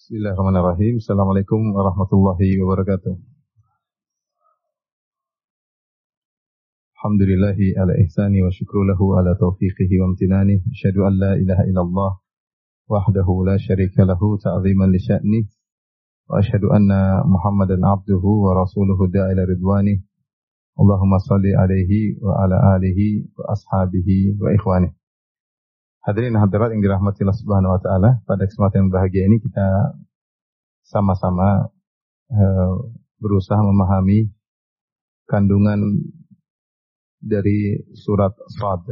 Bismillahirrahmanirrahim. Assalamualaikum warahmatullahi wabarakatuh. Alhamdulillahi ala ihsani wa syukru lahu ala taufiqihi wa amtinani. Asyhadu an la ilaha illallah wahdahu la syarika lahu ta'ziman li sya'ni. Wa asyhadu anna Muhammadan abduhu wa rasuluhu da'ila ridwani. Allahumma salli alaihi wa ala alihi wa ashabihi wa ikhwani. Hadirin hadirat yang dirahmati Allah Subhanahu wa taala, pada kesempatan yang bahagia ini kita sama-sama berusaha memahami kandungan dari surat Shad,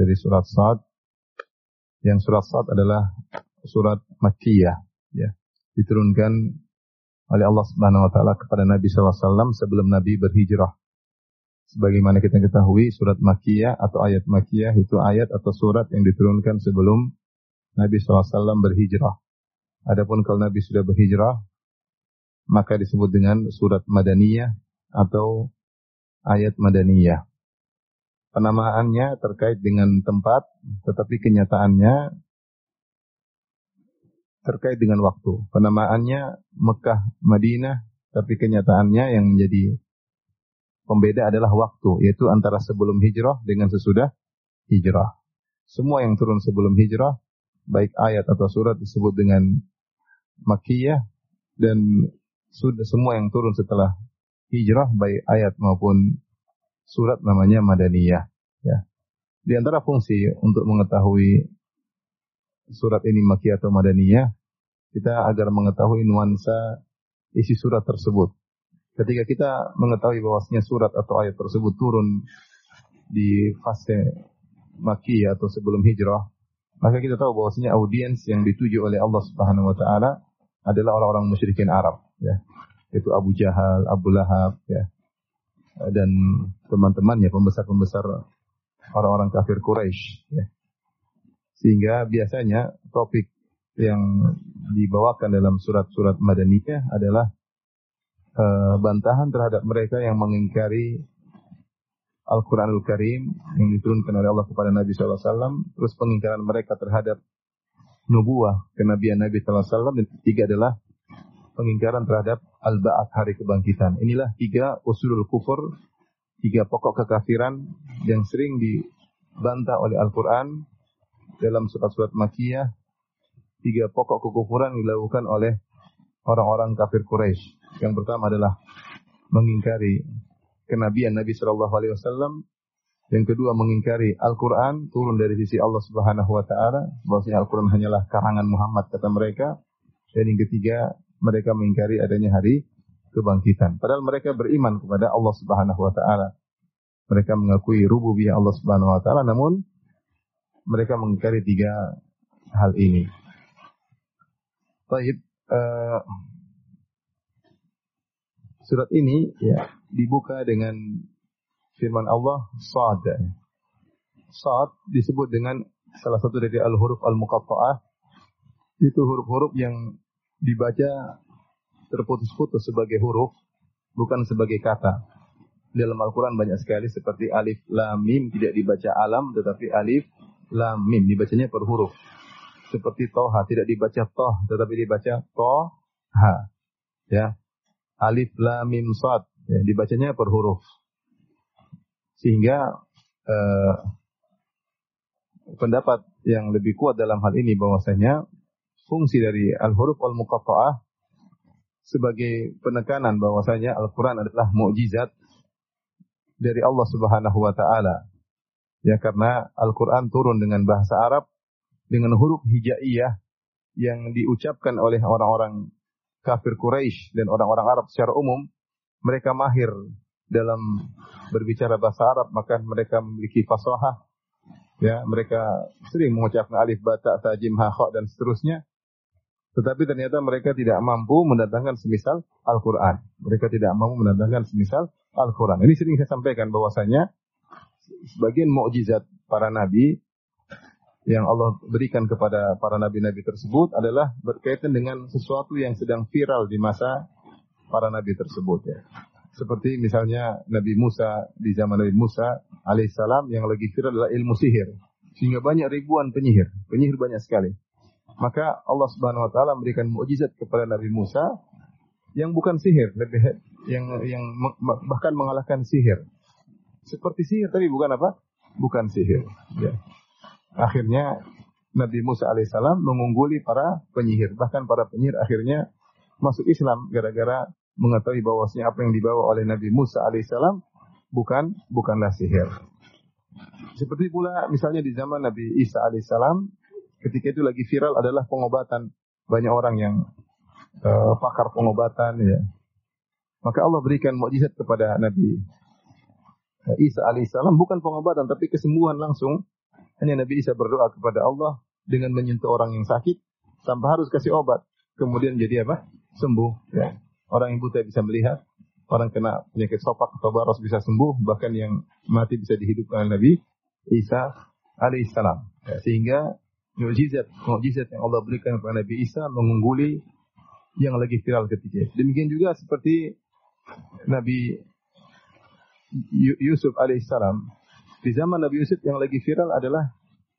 yang surat Shad adalah surat Makkiyah, ya, diturunkan oleh Allah Subhanahu wa taala kepada Nabi sallallahu alaihi wasallam sebelum Nabi berhijrah. Sebagaimana kita ketahui, surat Makkiyah atau ayat Makkiyah itu ayat atau surat yang diturunkan sebelum Nabi sallallahu alaihi wasallam berhijrah. Adapun kalau Nabi sudah berhijrah, maka disebut dengan surat Madaniyah atau ayat Madaniyah. Penamaannya terkait dengan tempat, tetapi kenyataannya terkait dengan waktu. Penamaannya Mekah, Madinah, tapi kenyataannya yang menjadi pembeda adalah waktu, yaitu antara sebelum hijrah dengan sesudah hijrah. Semua yang turun sebelum hijrah, baik ayat atau surat disebut dengan Makkiyah, dan semua yang turun setelah hijrah, baik ayat maupun surat namanya Madaniyah. Ya. Di antara fungsi untuk mengetahui surat ini Makkiyah atau Madaniyah, kita agar mengetahui nuansa isi surat tersebut. Ketika kita mengetahui bahwasanya surat atau ayat tersebut turun di fase Makkiyah atau sebelum hijrah, maka kita tahu bahwasanya audiens yang dituju oleh Allah Subhanahu wa taala adalah orang-orang musyrikin Arab, ya. Itu Abu Jahal, Abu Lahab, ya. Dan teman-temannya, pembesar-pembesar orang-orang kafir Quraisy, ya. Sehingga biasanya topik yang dibawakan dalam surat-surat Madaniyah adalah bantahan terhadap mereka yang mengingkari Al-Quranul Karim yang diturunkan oleh Allah kepada Nabi SAW, terus pengingkaran mereka terhadap nubuah kenabian Nabi SAW, dan ketiga adalah pengingkaran terhadap Al-Ba'ats, hari kebangkitan. Inilah tiga usulul kufur, tiga pokok kekafiran yang sering dibantah oleh Al-Quran dalam surat-surat Makkiyah. Tiga pokok kekufuran dilakukan oleh orang-orang kafir Quraisy. Yang pertama adalah mengingkari kenabian Nabi sallallahu alaihi wasallam. Yang kedua mengingkari Al-Qur'an turun dari sisi Allah Subhanahu wa taala, bahwasanya Al-Qur'an hanyalah karangan Muhammad kata mereka. Dan yang ketiga, mereka mengingkari adanya hari kebangkitan. Padahal mereka beriman kepada Allah Subhanahu wa taala. Mereka mengakui rububiyah Allah Subhanahu wa taala, namun mereka mengingkari tiga hal ini. Baik, surat ini ya dibuka dengan firman Allah Shad. Shad disebut dengan salah satu dari al-huruf al-muqatta'ah. Itu huruf-huruf yang dibaca terputus-putus sebagai huruf, bukan sebagai kata. Dalam Al-Quran banyak sekali seperti alif lam mim tidak dibaca alam, tetapi alif lam mim dibacanya per huruf. Seperti Toha tidak dibaca toh, tetapi dibaca toha. Ya. Alif lam mim shad, ya, dibacanya per huruf. Sehingga pendapat yang lebih kuat dalam hal ini bahwasanya fungsi dari al-huruf al-muqatta'ah sebagai penekanan bahwasanya Al-Quran adalah mukjizat dari Allah Subhanahu wa taala. Ya, karena Al-Quran turun dengan bahasa Arab dengan huruf hijaiyah yang diucapkan oleh orang-orang kafir Quraisy dan orang-orang Arab secara umum. Mereka mahir dalam berbicara bahasa Arab, maka mereka memiliki fasahah. Ya, mereka sering mengucapkan alif, ba, ta, tha, jim, ha, kha dan seterusnya. Tetapi ternyata mereka tidak mampu mendatangkan semisal Al-Quran. Mereka tidak mampu mendatangkan semisal Al-Quran. Ini sering saya sampaikan bahwasanya sebagian mukjizat para nabi yang Allah berikan kepada para nabi-nabi tersebut adalah berkaitan dengan sesuatu yang sedang viral di masa para nabi tersebut, ya. Seperti misalnya Nabi Musa, di zaman Nabi Musa alaihissalam yang lagi viral adalah ilmu sihir. Sehingga banyak ribuan penyihir banyak sekali. Maka Allah Subhanahu wa taala memberikan mukjizat kepada Nabi Musa yang bukan sihir, yang bahkan mengalahkan sihir. Seperti sihir tapi bukan apa? Bukan sihir. Ya. Akhirnya Nabi Musa alaihissalam mengungguli para penyihir. Bahkan para penyihir akhirnya masuk Islam gara-gara mengetahui bahwasanya apa yang dibawa oleh Nabi Musa alaihissalam bukanlah sihir. Seperti pula misalnya di zaman Nabi Isa alaihissalam, ketika itu lagi viral adalah pengobatan. Banyak orang yang pakar pengobatan, ya. Maka Allah berikan mukjizat kepada Nabi Isa alaihissalam, bukan pengobatan tapi kesembuhan langsung. Hanya Nabi Isa berdoa kepada Allah dengan menyentuh orang yang sakit tanpa harus kasih obat. Kemudian jadi apa? Sembuh. Ya. Orang yang buta bisa melihat, orang kena penyakit sopak atau baros bisa sembuh, bahkan yang mati bisa dihidupkan oleh Nabi Isa alaihissalam. Ya, sehingga mukjizat yang Allah berikan kepada Nabi Isa mengungguli yang lagi viral ketika itu. Demikian juga seperti Nabi Yusuf alaihissalam. Di zaman Nabi Yusuf yang lagi viral adalah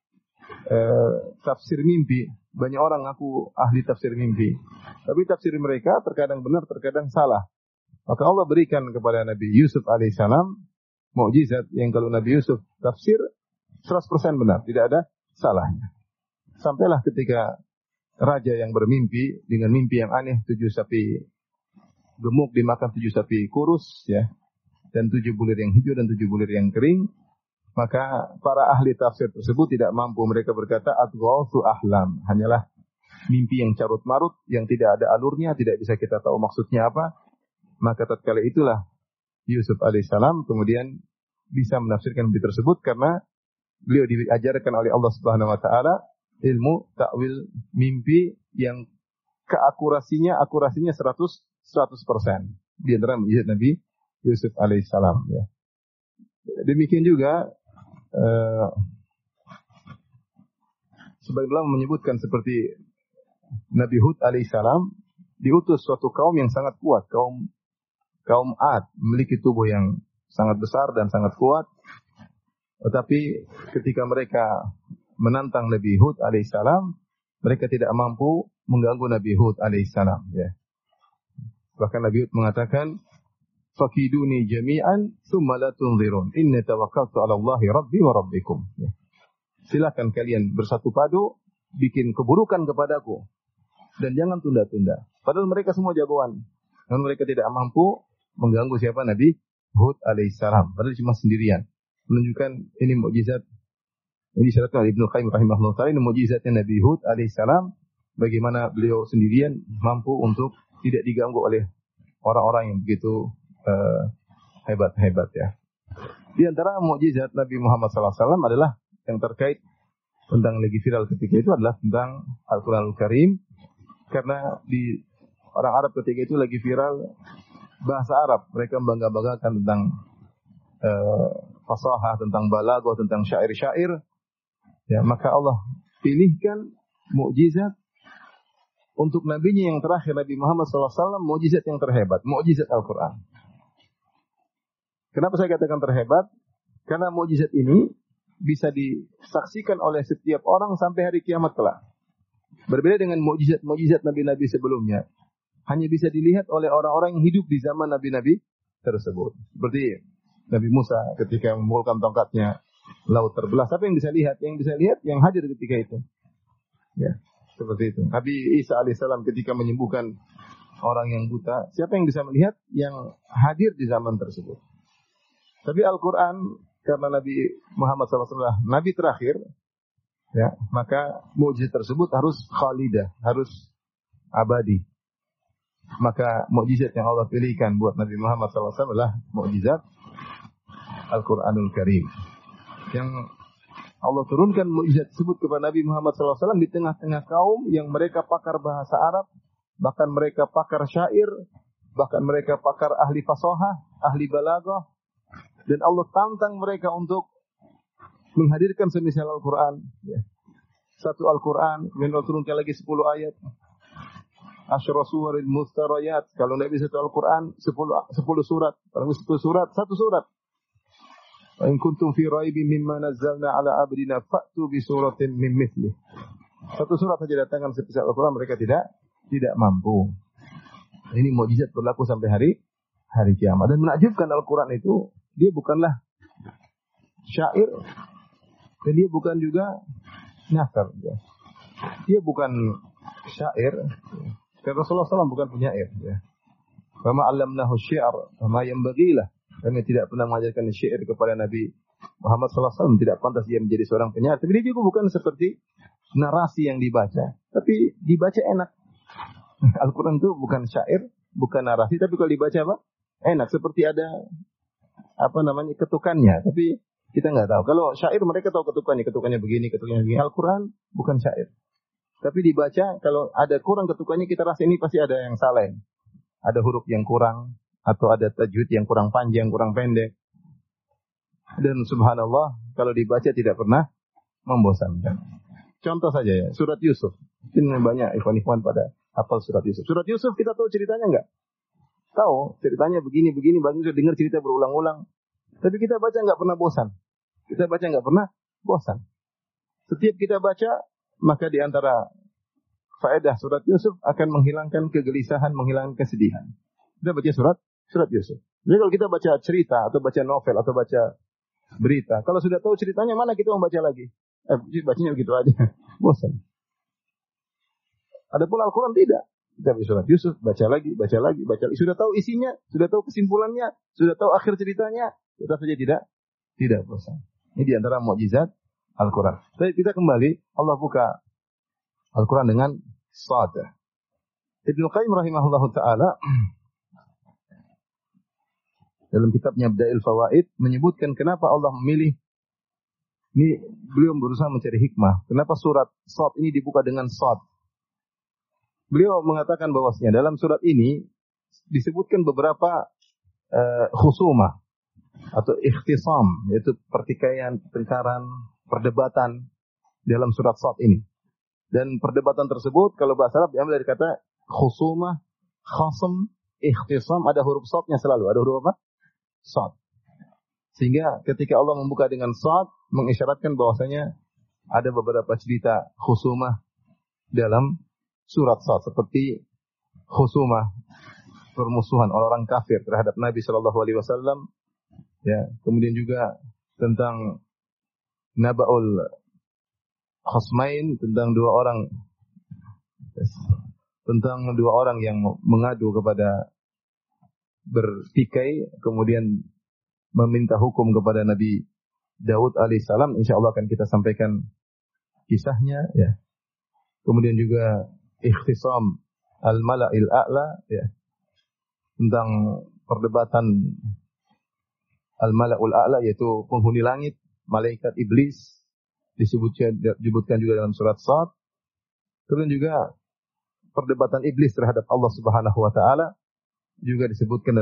tafsir mimpi. Banyak orang ngaku ahli tafsir mimpi. Tapi tafsir mereka terkadang benar, terkadang salah. Maka Allah berikan kepada Nabi Yusuf alaihissalam mukjizat yang kalau Nabi Yusuf tafsir 100% benar, tidak ada salahnya. Sampailah ketika raja yang bermimpi dengan mimpi yang aneh, 7 sapi gemuk dimakan 7 sapi kurus, ya, dan 7 bulir yang hijau dan 7 bulir yang kering. Maka para ahli tafsir tersebut tidak mampu. Mereka berkata, adghawsu ahlam. Hanyalah mimpi yang carut marut, yang tidak ada alurnya, tidak bisa kita tahu maksudnya apa. Maka tatkala itulah Yusuf alaihissalam kemudian bisa menafsirkan mimpi tersebut karena beliau diajarkan oleh Allah Subhanahu wa taala ilmu takwil mimpi yang akurasinya 100%. Di antara mukjizat Nabi Yusuf alaihissalam, ya. Demikian juga sebagian ulama menyebutkan seperti Nabi Hud alaihissalam diutus suatu kaum yang sangat kuat, kaum Ad, memiliki tubuh yang sangat besar dan sangat kuat. Tetapi ketika mereka menantang Nabi Hud alaihissalam, mereka tidak mampu mengganggu Nabi Hud alaihissalam, ya. Bahkan Nabi Hud mengatakan, fakiduni jami'an thumma la tunzirun inni tawakkaltu 'ala Allahi rabbi wa rabbikum. Ya. Silakan kalian bersatu padu bikin keburukan kepadaku dan jangan tunda-tunda. Padahal mereka semua jagoan. Namun mereka tidak mampu mengganggu siapa? Nabi Hud alaihissalam. Padahal cuma sendirian. Menunjukkan ini mukjizat. Ini disyaratkan oleh Ibnu Qayyim rahimahullah taala, ini mukjizatnya Nabi Hud alaihissalam, bagaimana beliau sendirian mampu untuk tidak diganggu oleh orang-orang yang begitu hebat-hebat, ya. Di antara mukjizat Nabi Muhammad SAW adalah yang terkait tentang lagi viral ketika itu adalah tentang Al-Quranul Karim. Karena di orang Arab ketika itu lagi viral bahasa Arab. Mereka membangga-banggakan tentang fasahah, tentang balaghah, tentang syair-syair. Ya, maka Allah pilihkan mukjizat untuk nabinya yang terakhir, Nabi Muhammad SAW, mukjizat yang terhebat, mukjizat Al-Quran. Kenapa saya katakan terhebat? Karena mukjizat ini bisa disaksikan oleh setiap orang sampai hari kiamat kelak. Berbeda dengan mukjizat nabi-nabi sebelumnya. Hanya bisa dilihat oleh orang-orang yang hidup di zaman nabi-nabi tersebut. Seperti Nabi Musa ketika memukulkan tongkatnya, laut terbelah. Siapa yang bisa lihat? Yang bisa lihat yang hadir ketika itu. Ya, seperti itu. Nabi Isa alaihissalam ketika menyembuhkan orang yang buta, siapa yang bisa melihat? Yang hadir di zaman tersebut. Tapi Al-Quran, karena Nabi Muhammad SAW Nabi terakhir, ya, maka mukjizat tersebut harus khalidah, harus abadi. Maka mukjizat yang Allah pilihkan buat Nabi Muhammad SAW adalah mukjizat Al-Quranul Karim. Yang Allah turunkan mukjizat tersebut kepada Nabi Muhammad SAW di tengah-tengah kaum yang mereka pakar bahasa Arab, bahkan mereka pakar syair, bahkan mereka pakar ahli fasahah, ahli balaghah. Dan Allah tantang mereka untuk menghadirkan semisal Al-Quran. Ya. Satu Al-Quran, kemudian turunkan lagi 10 ayat. Asyra suwaril mustarayat. Kalau tidak bisa satu Al-Quran, 10 surat. Kalau 10 surat, 1 surat. Wa in kuntum fi raibin mimma nazzalna ala abdina fa'tu bi suratin min mithlih. Satu surat saja datangkan seperti Al-Quran mereka tidak mampu. Ini mukjizat berlaku sampai hari kiamat. Dan menakjubkan Al-Quran itu dia bukanlah syair dan dia bukan juga nasar. Dia bukan syair. Karena Rasulullah SAW bukan penyair. Fama 'allamnahu syi'r, fama yanbaghilah. Kami tidak pernah mengajarkan syair kepada Nabi Muhammad SAW. Tidak pantas dia menjadi seorang penyair. Tapi dia juga bukan seperti narasi yang dibaca. Tapi dibaca enak. Al-Quran itu bukan syair, bukan narasi. Tapi kalau dibaca apa? Enak. Seperti ada ketukannya. Tapi kita nggak tahu. Kalau syair mereka tahu ketukannya. Ketukannya begini, ketukannya begini. Al-Quran bukan syair. Tapi dibaca, kalau ada kurang ketukannya, kita rasa ini pasti ada yang salah. Ada huruf yang kurang, atau ada tajwid yang kurang panjang, kurang pendek. Dan subhanallah, kalau dibaca tidak pernah membosankan. Contoh saja ya, surat Yusuf. Mungkin banyak ikhwan-ikhwan pada hafal surat Yusuf. Surat Yusuf kita tahu ceritanya enggak? Tahu, ceritanya begini, sudah dengar cerita berulang-ulang. Tapi kita baca enggak pernah bosan. Kita baca enggak pernah bosan. Setiap kita baca, maka di antara faedah surat Yusuf akan menghilangkan kegelisahan, menghilangkan kesedihan. Kita baca surat Yusuf. Jadi kalau kita baca cerita atau baca novel atau baca berita, kalau sudah tahu ceritanya mana kita mau baca lagi? Bacanya begitu aja, bosan. Adapun Al-Quran tidak. Kita baca surat Yusuf, baca lagi. Sudah tahu isinya, sudah tahu kesimpulannya, sudah tahu akhir ceritanya, tetap saja tidak bosan. Ini di antara mukjizat Al-Quran. Jadi kita kembali, Allah buka Al-Quran dengan Shad. Ibnu Qayyim rahimahullahu ta'ala dalam kitabnya Badail Fawaid menyebutkan kenapa Allah memilih. Ini beliau berusaha mencari hikmah. Kenapa surat Shad ini dibuka dengan Shad? Beliau mengatakan bahwasanya dalam surat ini disebutkan beberapa khusumah atau ikhtisam, yaitu pertikaian, pertengkaran, perdebatan dalam surat Shad ini. Dan perdebatan tersebut kalau bahasa Arab diambil dari kata khusumah, khasm, ikhtisam, ada huruf Shadnya selalu. Ada huruf apa? Shad. Sehingga ketika Allah membuka dengan Shad, mengisyaratkan bahwasanya ada beberapa cerita khusumah dalam surat Shad. Seperti khusumah, permusuhan orang kafir terhadap Nabi SAW. Ya, kemudian juga tentang Naba'ul Khasmain, tentang dua orang yang mengadu kepada bertikai, kemudian meminta hukum kepada Nabi Daud alaihissalam. InsyaAllah akan kita sampaikan kisahnya. Ya. Kemudian juga ikhtisam al-mala'il a'la, ya, tentang perdebatan al-mala'ul a'la, yaitu penghuni langit, malaikat iblis, disebutkan juga dalam surat Shad. Kemudian juga perdebatan iblis terhadap Allah Subhanahu wa taala juga disebutkan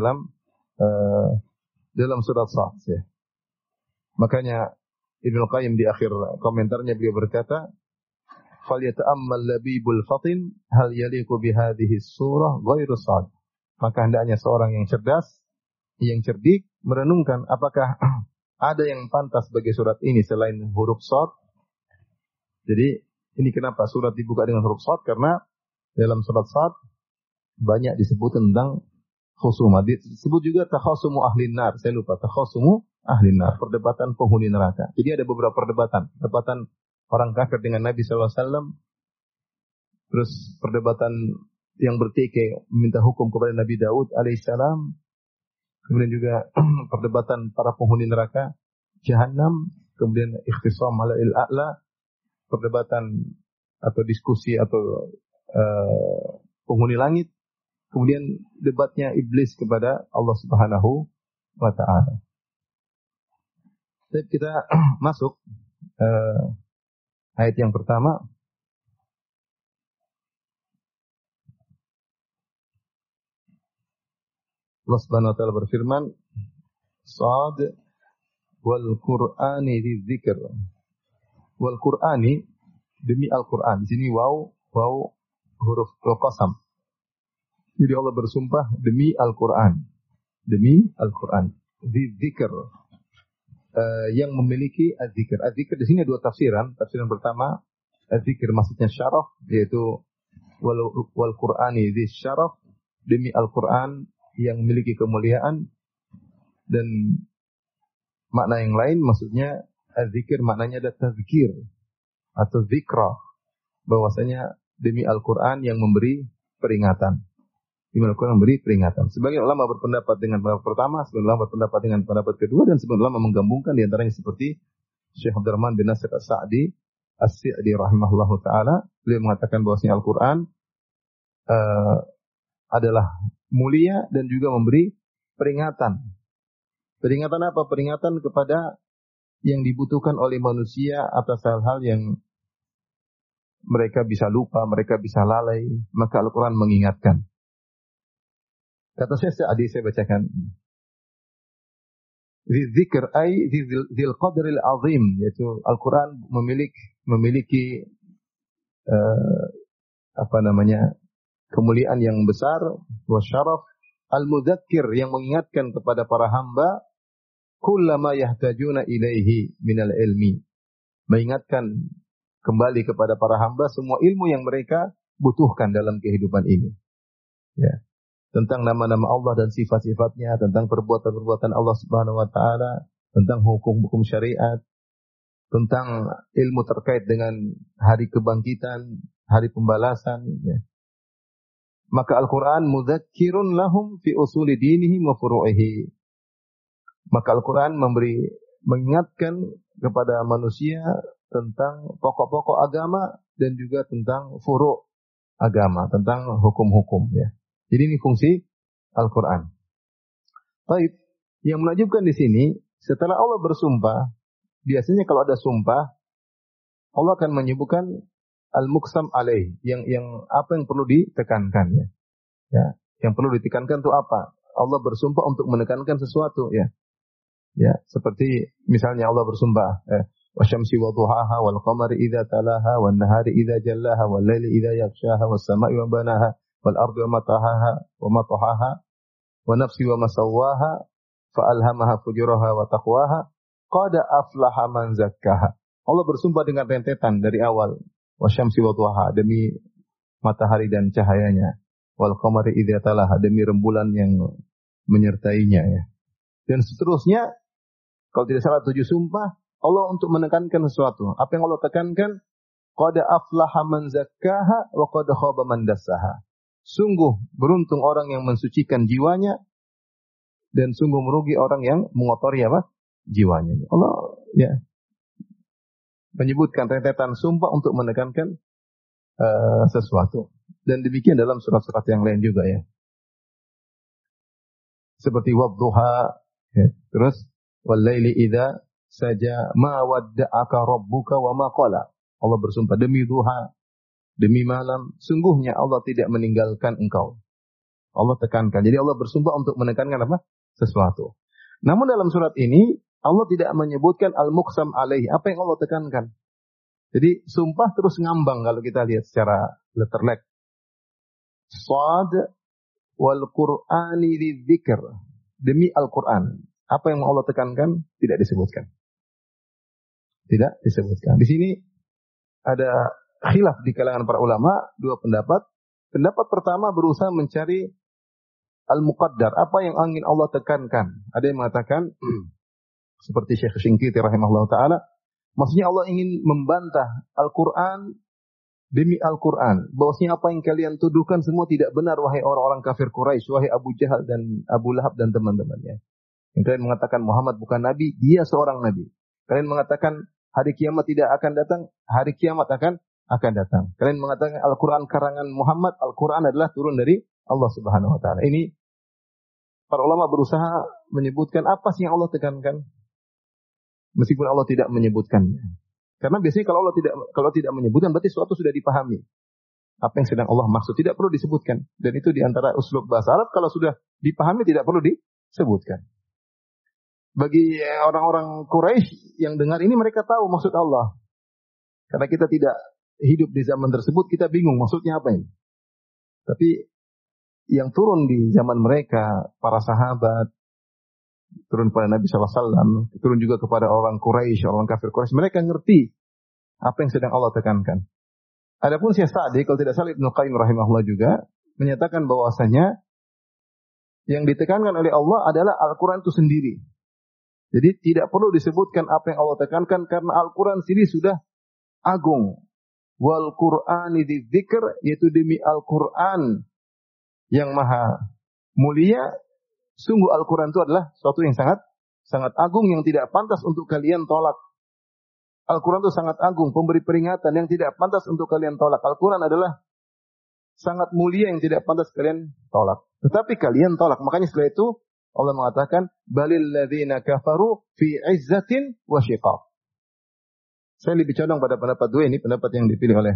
dalam surat Shad, ya. Makanya Ibnu Qayyim di akhir komentarnya beliau berkata, "Falyata'ammal labibul fatin hal yaliqu bihadhihi surah ghairu Shad." Maka hendaknya seorang yang cerdas, yang cerdik merenungkan apakah ada yang pantas bagi surat ini selain huruf Shad. Jadi ini kenapa surat dibuka dengan huruf Shad, karena dalam surat Shad banyak disebut tentang khusumah. Disebut juga takhasumu ahlin nar. Saya lupa, takhasumu ahlin nar, perdebatan penghuni neraka. Jadi ada beberapa perdebatan orang kafir dengan Nabi SAW, terus perdebatan yang bertikai meminta hukum kepada Nabi Daud alaihissalam, kemudian juga perdebatan para penghuni neraka Jahannam, kemudian ikhtisam mala'il a'la, perdebatan atau diskusi atau penghuni langit, kemudian debatnya iblis kepada Allah Subhanahu wa taala. Jadi kita masuk ayat yang pertama. Allah Subhanahu wa taala berfirman, Shad wal Qur'ani dzidzikr. Wal Qur'ani, demi Al-Qur'an. Di sini waw huruf qasam. Jadi Allah bersumpah demi Al-Qur'an. Demi Al-Qur'an. Dzidzikr. Yang memiliki az-zikr. Az-zikr di sini ada dua tafsiran. Tafsiran pertama, Zikir maksudnya syaraf, yaitu wal Qur'ani dzis syaraf, demi Al-Qur'an yang memiliki kemuliaan. Dan makna yang lain maksudnya zikir maknanya ada tazkir atau zikra, bahwasanya demi Al-Qur'an yang memberi peringatan. Demi Al-Qur'an memberi peringatan. Sebagian ulama berpendapat dengan pendapat pertama, sebagian ulama berpendapat dengan pendapat kedua, dan sebagian ulama menggabungkan di antaranya seperti Syekh Abdurrahman bin Nasir As-Sa'di rahimahullahu taala. Beliau mengatakan bahwasanya Al-Qur'an adalah mulia dan juga memberi peringatan. Peringatan apa? Peringatan kepada yang dibutuhkan oleh manusia atas hal-hal yang mereka bisa lupa, mereka bisa lalai, maka Al-Quran mengingatkan. Kata saya bacakan. Zikr ay dzil qadril azim, yaitu Al-Quran memiliki kemuliaan yang besar, wa syaraf al-mudzakir, yang mengingatkan kepada para hamba kullama yahtajuna ilaihi minal ilmi, mengingatkan kembali kepada para hamba semua ilmu yang mereka butuhkan dalam kehidupan ini. Ya. Tentang nama-nama Allah dan sifat-sifatnya, tentang perbuatan-perbuatan Allah Subhanahu wa taala, tentang hukum-hukum syariat, tentang ilmu terkait dengan hari kebangkitan, hari pembalasan, ya. Maka Al-Qur'an mudzakirun lahum fi usuli dinihim wa furu'ihi. Maka Al-Quran mengingatkan kepada manusia tentang pokok-pokok agama dan juga tentang furu' agama, tentang hukum-hukum, ya. Jadi ini fungsi Al-Quran. Baik, yang menakjubkan di sini, setelah Allah bersumpah, biasanya kalau ada sumpah, Allah akan menyebutkan al-muqsam alaih, yang apa yang perlu ditekankan, ya. Ya, yang perlu ditekankan itu apa? Allah bersumpah untuk menekankan sesuatu, ya. Ya, seperti misalnya Allah bersumpah, wasyamsi wadhuhaha wal qamari idza talaha wan nahari idza jallaha wal laili idza yaghshaha was samai wa banaha wal ardi wa ma tahaha wa nafsi wa ma sawwaha fa alhamaha fujuraha wa taqwaha qad aflaha man zakkaha. Allah bersumpah dengan rentetan dari awal, wasyamsi wadhuhaha, demi matahari dan cahayanya, wal qamari idza talaha, demi rembulan yang menyertainya, ya. Dan seterusnya. Kalau tidak salah 7 sumpah, Allah untuk menekankan sesuatu. Apa yang Allah tekankan? Qad aflaha man zakkaha wa qad khaba man dassaha. Sungguh beruntung orang yang mensucikan jiwanya, dan sungguh merugi orang yang mengotori apa? Jiwanya. Allah, ya, menyebutkan rentetan sumpah untuk menekankan sesuatu. Dan demikian dalam surat-surat yang lain juga, ya. Seperti wadduha, ya. Terus wal-laili idza saja ma wadda'aka rabbuka wa ma qala. Allah bersumpah demi duha, demi malam, sungguhnya Allah tidak meninggalkan engkau. Allah tekankan. Jadi Allah bersumpah untuk menekankan apa? Sesuatu. Namun dalam surat ini Allah tidak menyebutkan al-muqsam alaihi, apa yang Allah tekankan. Jadi sumpah terus ngambang kalau kita lihat secara letterlek. Shad wal Qur'ani lidzikr, demi Al-Qur'an. Apa yang Allah tekankan tidak disebutkan. Tidak disebutkan. Di sini ada khilaf di kalangan para ulama, 2 pendapat. Pendapat pertama berusaha mencari al-muqaddar, apa yang ingin Allah tekankan. Ada yang mengatakan seperti Syekh Shinqiti rahimahullah taala, maksudnya Allah ingin membantah Al-Qur'an demi Al-Qur'an, bahwasanya apa yang kalian tuduhkan semua tidak benar, wahai orang-orang kafir Quraisy, wahai Abu Jahal dan Abu Lahab dan teman-temannya. Yang kalian mengatakan Muhammad bukan nabi, dia seorang nabi. Kalian mengatakan hari kiamat tidak akan datang, hari kiamat akan datang. Kalian mengatakan Al-Quran karangan Muhammad, Al-Quran adalah turun dari Allah Subhanahu wa taala. Ini para ulama berusaha menyebutkan apa sih yang Allah tekankan, meskipun Allah tidak menyebutkannya. Karena biasanya kalau tidak menyebutkan berarti sesuatu sudah dipahami. Apa yang sedang Allah maksud tidak perlu disebutkan. Dan itu di antara uslub bahasa Arab, kalau sudah dipahami tidak perlu disebutkan. Bagi orang-orang Quraisy yang dengar ini, mereka tahu maksud Allah. Karena kita tidak hidup di zaman tersebut, kita bingung maksudnya apa ini. Tapi yang turun di zaman mereka, para sahabat, turun pada Nabi SAW, turun juga kepada orang Quraisy, orang kafir Quraisy, mereka ngerti apa yang sedang Allah tekankan. Adapun Syekh Sa'di, kalau tidak salah Ibnu Qayyim rahimahullah juga menyatakan bahwasanya yang ditekankan oleh Allah adalah Al-Quran itu sendiri. Jadi tidak perlu disebutkan apa yang Allah tekankan karena Al-Quran sendiri sudah agung. Wal Qur'ani dzidzikr, yaitu demi Al-Quran yang maha mulia. Sungguh Al-Quran itu adalah sesuatu yang sangat agung yang tidak pantas untuk kalian tolak. Al-Quran itu sangat agung, pemberi peringatan yang tidak pantas untuk kalian tolak. Al-Quran adalah sangat mulia yang tidak pantas kalian tolak. Tetapi kalian tolak. Makanya setelah itu Allah mengatakan, balil ladzina kafaru fi izzatin wa syiqaq. Saya lebih condong pada pendapat dua ini, pendapat yang dipilih oleh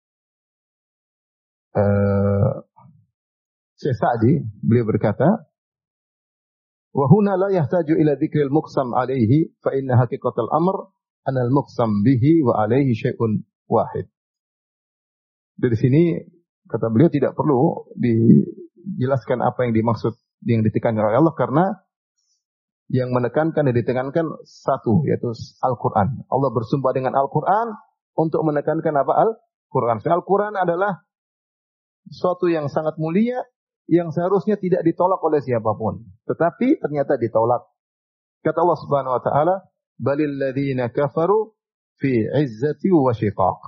Syekh Sa'di. Beliau berkata, wa huna la yahtaju ila dzikril muqsam alaihi fa inna haqiqatal amr anal muqsam bihi wa alaihi syai'un wahid. Dari sini kata beliau tidak perlu dijelaskan apa yang dimaksud yang ditekankan oleh Allah karena yang menekankan dan ditekankan satu, yaitu Al-Quran. Allah bersumpah dengan Al-Quran untuk menekankan apa? Al-Quran. Al-Quran adalah sesuatu yang sangat mulia yang seharusnya tidak ditolak oleh siapapun. Tetapi ternyata ditolak. Kata Allah Subhanahu wa taala, balil ladzina kafaru fi izzati wa syiqaq.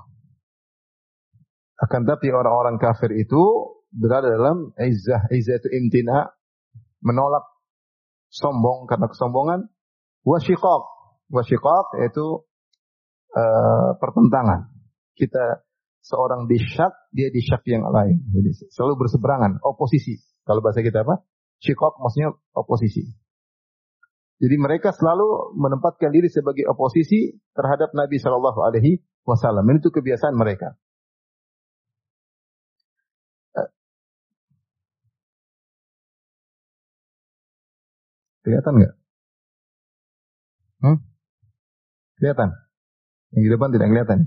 Akan tapi orang-orang kafir itu berada dalam izzah itu imtina, menolak, sombong karena kesombongan, wa syiqaq yaitu pertentangan. Kita seorang disyak, dia disyak yang lain. Jadi selalu berseberangan, oposisi. Kalau bahasa kita apa? Syiqaq maksudnya oposisi. Jadi mereka selalu menempatkan diri sebagai oposisi terhadap Nabi Shallallahu Alaihi Wasallam. Itu kebiasaan mereka. Kelihatan nggak? Kelihatan? Yang di depan tidak kelihatan.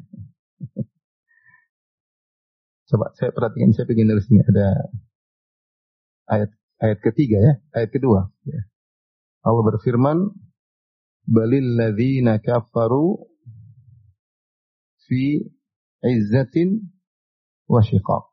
Coba saya perhatikan, saya ingin nulis ini ada ayat ketiga ya, ayat kedua. Ya. Allah berfirman, balil ladzina kafaru fi izzatin wa syiqaq.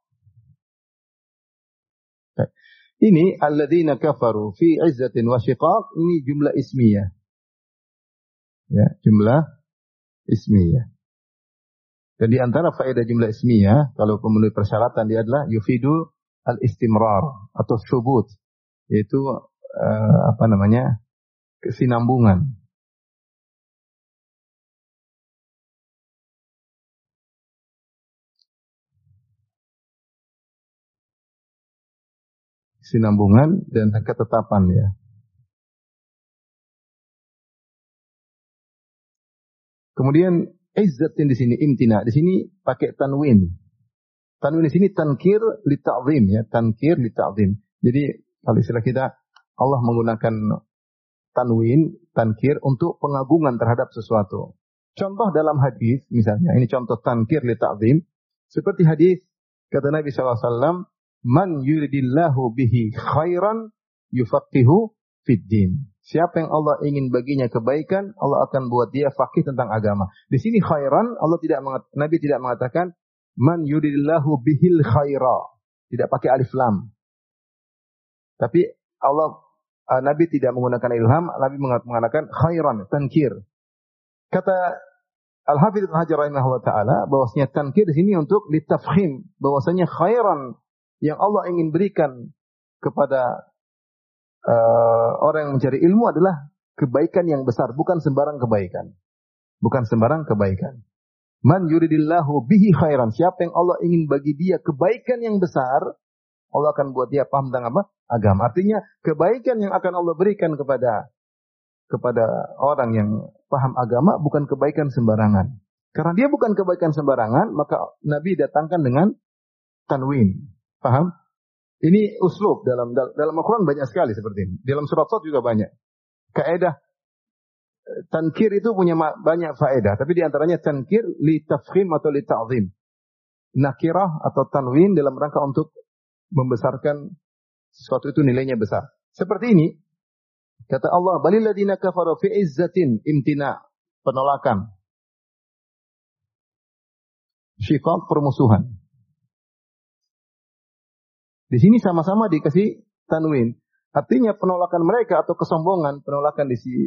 Ini alladzina kafaru fi izzatin wa syiqaq, ini jumlah ismiyah. Ya, jumlah ismiyah. Dan di antara faedah jumlah ismiyah, kalau memenuhi persyaratan dia adalah yufidu al-istimrar atau syubut, yaitu kesinambungan. Kesinambungan dan ketetapan ya. Kemudian izzatin di sini imtina, di sini pakai tanwin. Tanwin di sini tankir li ta'zim ya, tankir li ta'zim. Jadi kalau istilah kita Allah menggunakan tanwin, tankir untuk pengagungan terhadap sesuatu. Contoh dalam hadis misalnya, ini contoh tankir li ta'zim, seperti hadis kata Nabi SAW, man yuridillahu bihi khairan yufaqihu fid din. Siapa yang Allah ingin baginya kebaikan, Allah akan buat dia faqih tentang agama. Di sini khairan, Nabi tidak mengatakan man yuridillahu bihil khaira. Tidak pakai alif lam. Tapi Nabi tidak menggunakan ilham, Nabi mengatakan khairan, tankir. Kata Al-Hafidz Ibnu Hajar rahimahullah taala bahwasanya tankir di sini untuk litafkhim, bahwasanya khairan yang Allah ingin berikan kepada orang yang mencari ilmu adalah kebaikan yang besar, bukan sembarang kebaikan. Bukan sembarang kebaikan. Man yuridillahu bihi khairan. Siapa yang Allah ingin bagi dia kebaikan yang besar, Allah akan buat dia paham tentang apa? Agama. Artinya kebaikan yang akan Allah berikan kepada orang yang paham agama bukan kebaikan sembarangan. Karena dia bukan kebaikan sembarangan, maka Nabi datangkan dengan tanwin. Paham? Ini uslub dalam Al-Quran banyak sekali seperti ini. Dalam surat Sad juga banyak. Kaidah tankir itu punya banyak faedah, tapi di antaranya tankir li tafkhim atau li ta'zim. Nakirah atau tanwin dalam rangka untuk membesarkan sesuatu itu nilainya besar. Seperti ini kata Allah, balil ladzina kafaru fi izzatin, imtina, penolakan. Syiqaq, permusuhan. Di sini sama-sama dikasih tanwin. Artinya penolakan mereka atau kesombongan, penolakan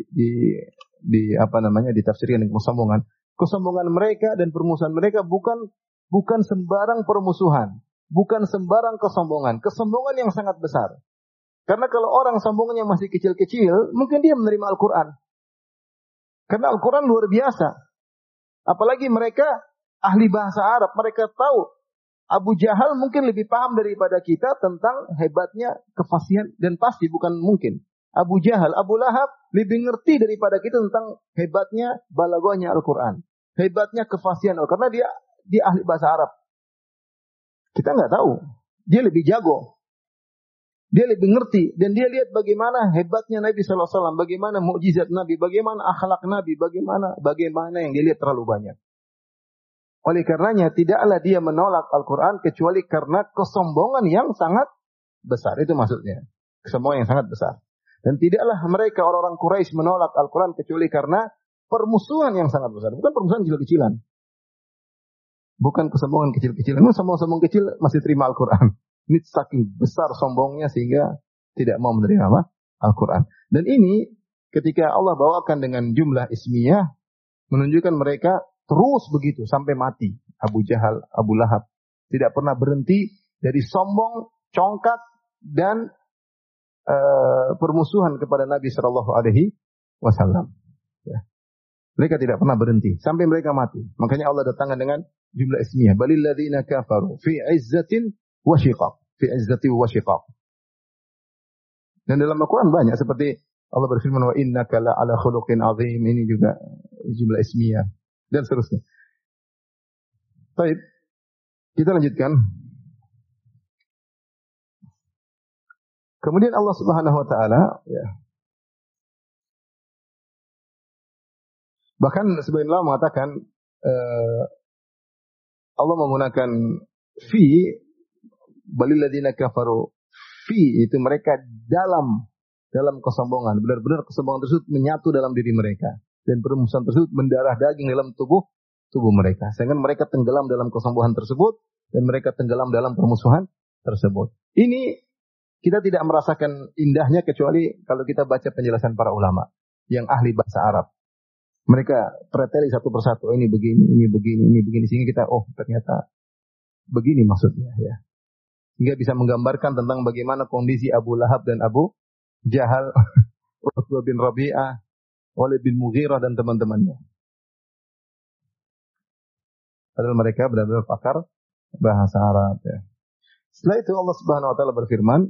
ditafsirkan dengan kesombongan. Kesombongan mereka dan permusuhan mereka bukan sembarang permusuhan, bukan sembarang kesombongan, kesombongan yang sangat besar. Karena kalau orang sombongnya masih kecil-kecil, mungkin dia menerima Al-Quran. Karena Al-Quran luar biasa. Apalagi mereka ahli bahasa Arab, mereka tahu. Abu Jahal mungkin lebih paham daripada kita tentang hebatnya kefasihan, dan pasti bukan mungkin. Abu Jahal, Abu Lahab lebih ngerti daripada kita tentang hebatnya balaghahnya Al-Quran. Hebatnya kefasihan Al-Quran, karena dia ahli bahasa Arab. Kita nggak tahu. Dia lebih jago. Dia lebih ngerti. Dan dia lihat bagaimana hebatnya Nabi SAW, bagaimana mukjizat Nabi, bagaimana akhlak Nabi, bagaimana yang dia lihat terlalu banyak. Oleh karenanya tidaklah dia menolak Al-Quran kecuali karena kesombongan yang sangat besar. Itu maksudnya. Kesombongan yang sangat besar. Dan tidaklah mereka orang-orang Quraisy menolak Al-Quran kecuali karena permusuhan yang sangat besar. Bukan permusuhan kecil-kecilan. Bukan kesombongan kecil-kecilan. Ini sombong-sombong kecil masih terima Al-Quran. Ini saking besar sombongnya sehingga tidak mau menerima apa? Al-Quran. Dan ini ketika Allah bawakan dengan jumlah ismiyah, menunjukkan mereka terus begitu sampai mati. Abu Jahal, Abu Lahab tidak pernah berhenti dari sombong, congkak dan permusuhan kepada Nabi Shallallahu Alaihi Wasallam. Ya. Mereka tidak pernah berhenti sampai mereka mati. Makanya Allah datangkan dengan jumlah ismiyah. Balil ladzina kafaru fi izzatin wa syiqaq. Fi izzati wa syiqaq. Dan dalam Al-Quran banyak seperti Allah berfirman wa innaka la ala khuluqin azim. Ini juga jumlah ismiyah. Dan seterusnya. Baik, kita lanjutkan. Kemudian Allah Subhanahu wa taala ya. Bahkan sebagian ulama mengatakan Allah menggunakan fi balil ladzina kafaru. Fi itu mereka dalam kesombongan. Benar-benar kesombongan tersebut menyatu dalam diri mereka. Dan permusuhan tersebut mendarah daging dalam tubuh mereka. Sehingga mereka tenggelam dalam kesombongan tersebut dan mereka tenggelam dalam permusuhan tersebut. Ini kita tidak merasakan indahnya kecuali kalau kita baca penjelasan para ulama yang ahli bahasa Arab. Mereka preteli satu persatu, ini begini, ini begini, ini begini, sehingga kita ternyata begini maksudnya ya. Sehingga bisa menggambarkan tentang bagaimana kondisi Abu Lahab dan Abu Jahal, Utbah bin Rabi'ah, Walid bin Mughirah dan teman-temannya. Padahal mereka benar-benar pakar bahasa Arab. Ya. Setelah itu Allah Subhanahu Wa Taala berfirman,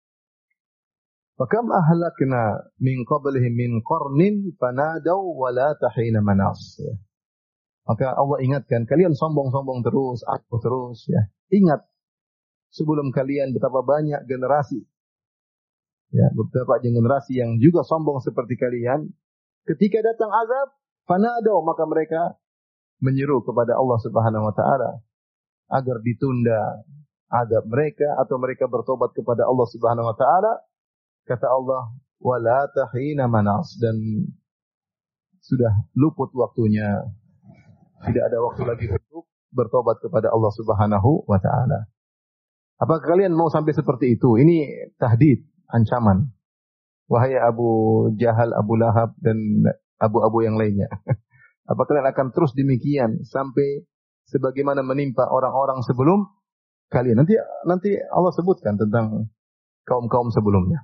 "Fakam ahlakna min qablihim min qarnin fanadaw wa la tahina manas." Ya. Maka Allah ingatkan, kalian sombong-sombong terus, aku terus. Ya. Ingat, sebelum kalian betapa banyak generasi. Ya, betapa generasi yang juga sombong seperti kalian. Ketika datang azab, fanadaw, maka mereka menyeru kepada Allah Subhanahu wa taala agar ditunda azab mereka atau mereka bertobat kepada Allah Subhanahu wa taala. Kata Allah, wala tahina manas, dan sudah luput waktunya. Tidak ada waktu lagi untuk bertobat kepada Allah Subhanahu wa taala. Apakah kalian mau sampai seperti itu? Ini tahdid, ancaman. Wahai Abu Jahal, Abu Lahab, dan abu-abu yang lainnya. Apa kalian akan terus demikian sampai sebagaimana menimpa orang-orang sebelum kalian? Nanti Allah sebutkan tentang kaum-kaum sebelumnya.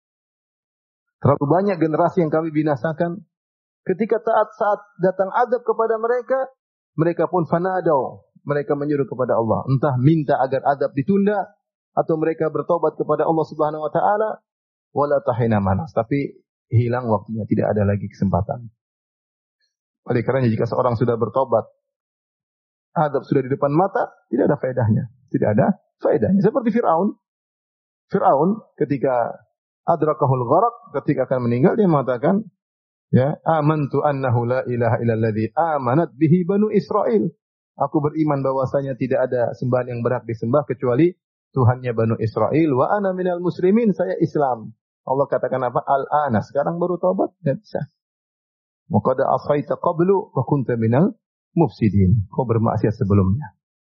Terlalu banyak generasi yang kami binasakan. Ketika saat datang azab kepada mereka, mereka pun fanadaw. Mereka menyuruh kepada Allah. Entah minta agar azab ditunda, atau mereka bertobat kepada Allah Subhanahu wa taala. Wala tahina manas, tapi hilang waktunya, tidak ada lagi kesempatan. Oleh karena jika seorang sudah bertobat, azab sudah di depan mata, tidak ada faedahnya. Tidak ada faedahnya. Seperti Fir'aun. Fir'aun ketika adrakahul gharaq, ketika akan meninggal, dia mengatakan, ya, amantu annahu la ilaha illalladzi amanat bihi banu Israel. Aku beriman bahwasanya tidak ada sembahan yang berhak disembah kecuali Tuhannya Banu Israel. Wa ana minal muslimin, saya Islam. Allah katakan apa? Al-ana, sekarang baru taubat? Tidak bisa. Wa qad asaita qablu wa kunta minal mufsidin. Kau bermaksiat sebelumnya.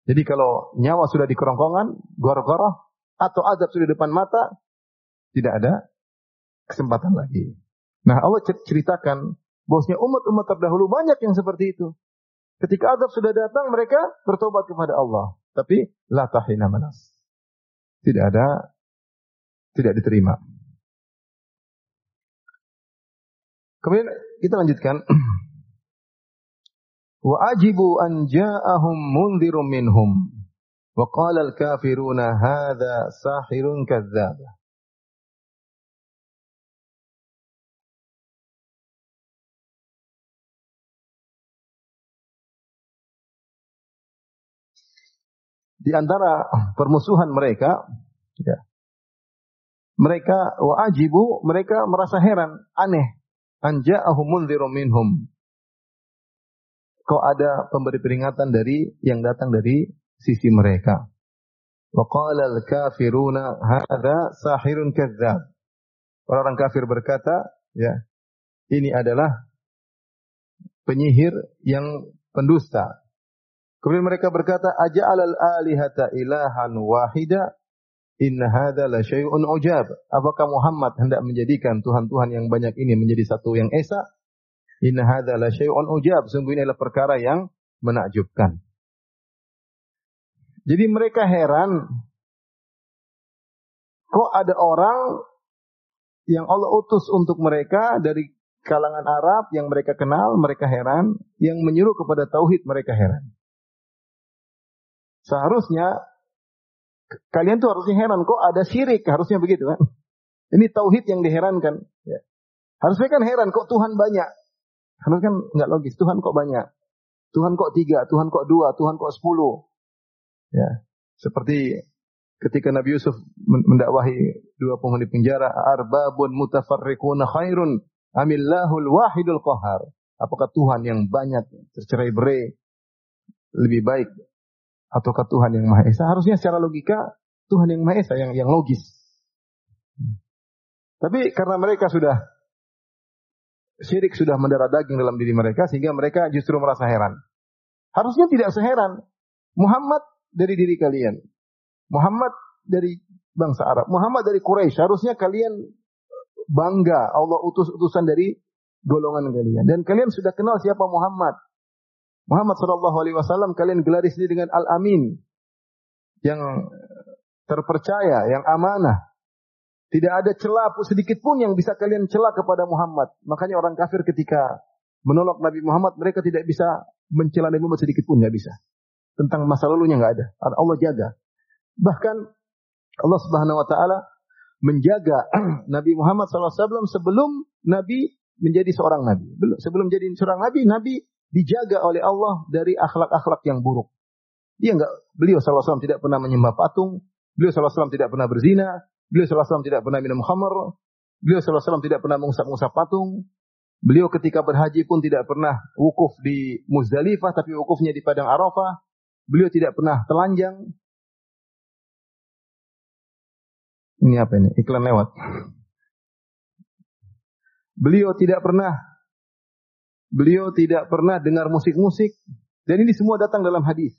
Jadi kalau nyawa sudah di kerongkongan, gor-goroh, atau azab sudah di depan mata, tidak ada kesempatan lagi. Nah, Allah ceritakan bahwasanya umat-umat terdahulu banyak yang seperti itu. Ketika azab sudah datang, mereka bertobat kepada Allah. Tapi la tahina manas. Tidak diterima. Kemudian kita lanjutkan. Wa ajibu an ja'ahum mundzirum minhum wa qala al-kafiruna hadza sahirun kadzdzab. Di antara permusuhan mereka, ya, mereka wa ajibu, mereka merasa heran, aneh, an ja'ahum mundzirum minhum. Kok ada pemberi peringatan yang datang dari sisi mereka. Wa qala al-kafiruna hadza sahirun kadzdzab. Orang-orang kafir berkata, ya, ini adalah penyihir yang pendusta. Kemudian mereka berkata, aja'alal alihata ilahan wahida inna hadza la syai'un ujab. Apakah Muhammad hendak menjadikan tuhan-tuhan yang banyak ini menjadi satu yang esa? Inna hadza la syai'un ujab. Sungguh ini adalah perkara yang menakjubkan. Jadi mereka heran, kok ada orang yang Allah utus untuk mereka dari kalangan Arab yang mereka kenal, mereka heran, yang menyuruh kepada tauhid mereka heran. Seharusnya kalian tuh harusnya heran, kok ada syirik, harusnya begitu kan? Ini tauhid yang diherankan. Ya. Harusnya kan heran, kok Tuhan banyak? Karena kan nggak logis, Tuhan kok banyak? Tuhan kok 3, Tuhan kok 2, Tuhan kok 10? Ya, seperti ketika Nabi Yusuf mendakwahi 2 penghuni penjara, arbabun mutafarriquna khairun amillahul wahidul qahar. Apakah Tuhan yang banyak tercerai-berai lebih baik ataukah Tuhan yang Maha Esa? Harusnya secara logika Tuhan yang Maha Esa yang logis. Tapi karena mereka syirik sudah mendarah daging dalam diri mereka, sehingga mereka justru merasa heran. Harusnya tidak seheran. Muhammad dari diri kalian. Muhammad dari bangsa Arab. Muhammad dari Quraisy. Harusnya kalian bangga Allah utus utusan dari golongan kalian. Dan kalian sudah kenal siapa Muhammad. Muhammad SAW kalian gelari sendiri dengan Al-Amin. Yang terpercaya, yang amanah. Tidak ada celah sedikit pun yang bisa kalian celah kepada Muhammad. Makanya orang kafir ketika menolak Nabi Muhammad, mereka tidak bisa mencela Nabi Muhammad sedikit pun, nggak bisa. Tentang masa lalunya nggak ada. Allah jaga. Bahkan Allah Subhanahu Wa Taala menjaga Nabi Muhammad SAW sebelum Nabi menjadi seorang Nabi. Sebelum jadi seorang Nabi, Nabi dijaga oleh Allah dari akhlak-akhlak yang buruk. Beliau SAW tidak pernah menyembah patung. Beliau SAW tidak pernah berzina. Beliau SAW tidak pernah minum khamar. Beliau SAW tidak pernah mengusap-ngusap patung. Beliau ketika berhaji pun tidak pernah wukuf di Muzdalifah, tapi wukufnya di Padang Arafah. Beliau tidak pernah telanjang. Ini apa ini? Iklan lewat. Beliau tidak pernah dengar musik-musik. Dan ini semua datang dalam hadis.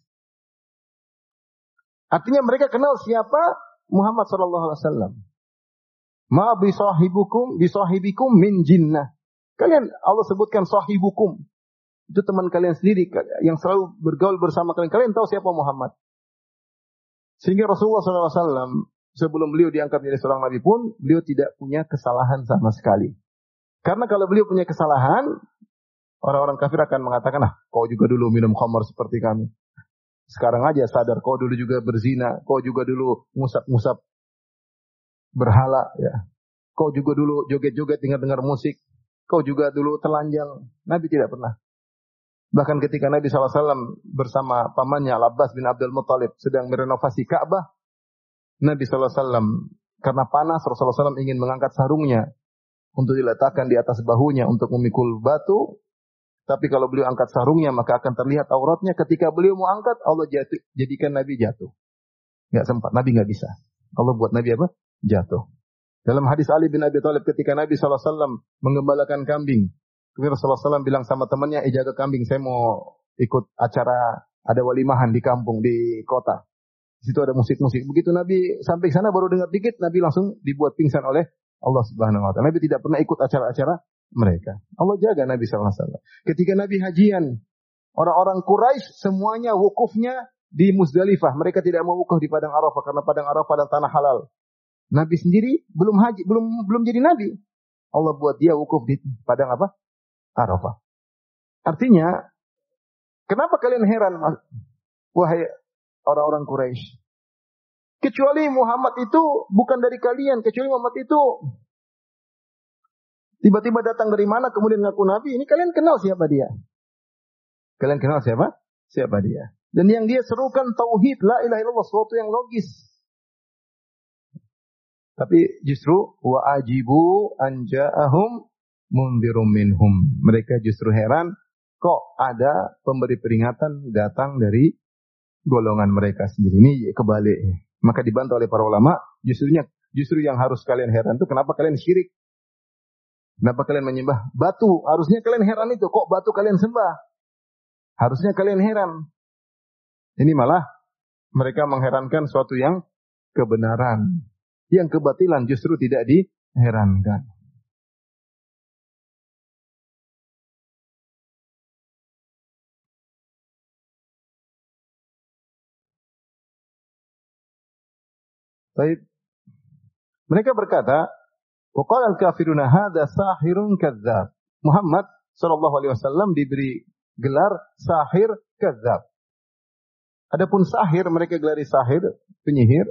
Artinya mereka kenal siapa Muhammad sallallahu alaihi wasallam. Ma bi sahibikum min jinnah. Kalian Allah sebutkan sahibukum. Itu teman kalian sendiri yang selalu bergaul bersama kalian. Kalian tahu siapa Muhammad. Sehingga Rasulullah sallallahu alaihi wasallam sebelum beliau diangkat menjadi seorang nabi pun beliau tidak punya kesalahan sama sekali. Karena kalau beliau punya kesalahan, orang-orang kafir akan mengatakan, kau juga dulu minum khamar seperti kami. Sekarang aja sadar, kau dulu juga berzina, kau juga dulu ngusap-ngusap berhala, ya. Kau juga dulu joget-joget dengar-dengar musik, kau juga dulu telanjang. Nabi tidak pernah. Bahkan ketika Nabi SAW bersama pamannya Al-Abbas bin Abdul Muttalib sedang merenovasi Ka'bah, Nabi SAW karena panas, Rasulullah SAW ingin mengangkat sarungnya untuk diletakkan di atas bahunya untuk memikul batu. Tapi kalau beliau angkat sarungnya maka akan terlihat auratnya. Ketika beliau mau angkat, Allah jadikan Nabi jatuh. Enggak sempat, Nabi enggak bisa. Allah buat Nabi apa? Jatuh. Dalam hadis Ali bin Abi Thalib ketika Nabi SAW menggembalakan kambing, kemudian Rasulullah SAW bilang sama temannya, jaga kambing, saya mau ikut acara Ada walimahan di kampung, di kota. Di situ ada musik-musik. Begitu Nabi sampai sana baru dengar dikit, Nabi langsung dibuat pingsan oleh Allah Subhanahu wa taala. Nabi tidak pernah ikut acara-acara mereka. Allah jaga Nabi sallallahu alaihi wasallam. Ketika Nabi hajian, orang-orang Quraisy semuanya wukufnya di Muzdalifah. Mereka tidak mau wukuf di padang Arafah karena padang Arafah adalah tanah halal. Nabi sendiri belum haji, belum jadi nabi. Allah buat dia wukuf di padang apa? Arafah. Artinya, kenapa kalian heran, wahai orang-orang Quraisy? Kecuali Muhammad itu bukan dari kalian, kecuali Muhammad itu tiba-tiba datang dari mana kemudian ngaku nabi, ini kalian kenal siapa dia? Kalian kenal siapa? Siapa dia? Dan yang dia serukan tauhid, la ilaha illallah, sesuatu yang logis. Tapi justru wa ajibu an ja'ahum mundirum minhum. Mereka justru heran kok ada pemberi peringatan datang dari golongan mereka sendiri. Ini kebalik. Maka dibantah oleh para ulama, justru yang harus kalian heran itu kenapa kalian syirik? Kenapa kalian menyembah batu? Harusnya kalian heran itu, kok batu kalian sembah? Harusnya kalian heran. Ini malah mereka mengherankan suatu yang kebenaran. Yang kebatilan justru tidak diherankan. Baik. Mereka berkata, "Waqala al-kafiruna hadza sahirun kadzdzab." Muhammad sallallahu alaihi wasallam diberi gelar sahir kadzdzab. Adapun sahir, mereka gelari sahir, penyihir.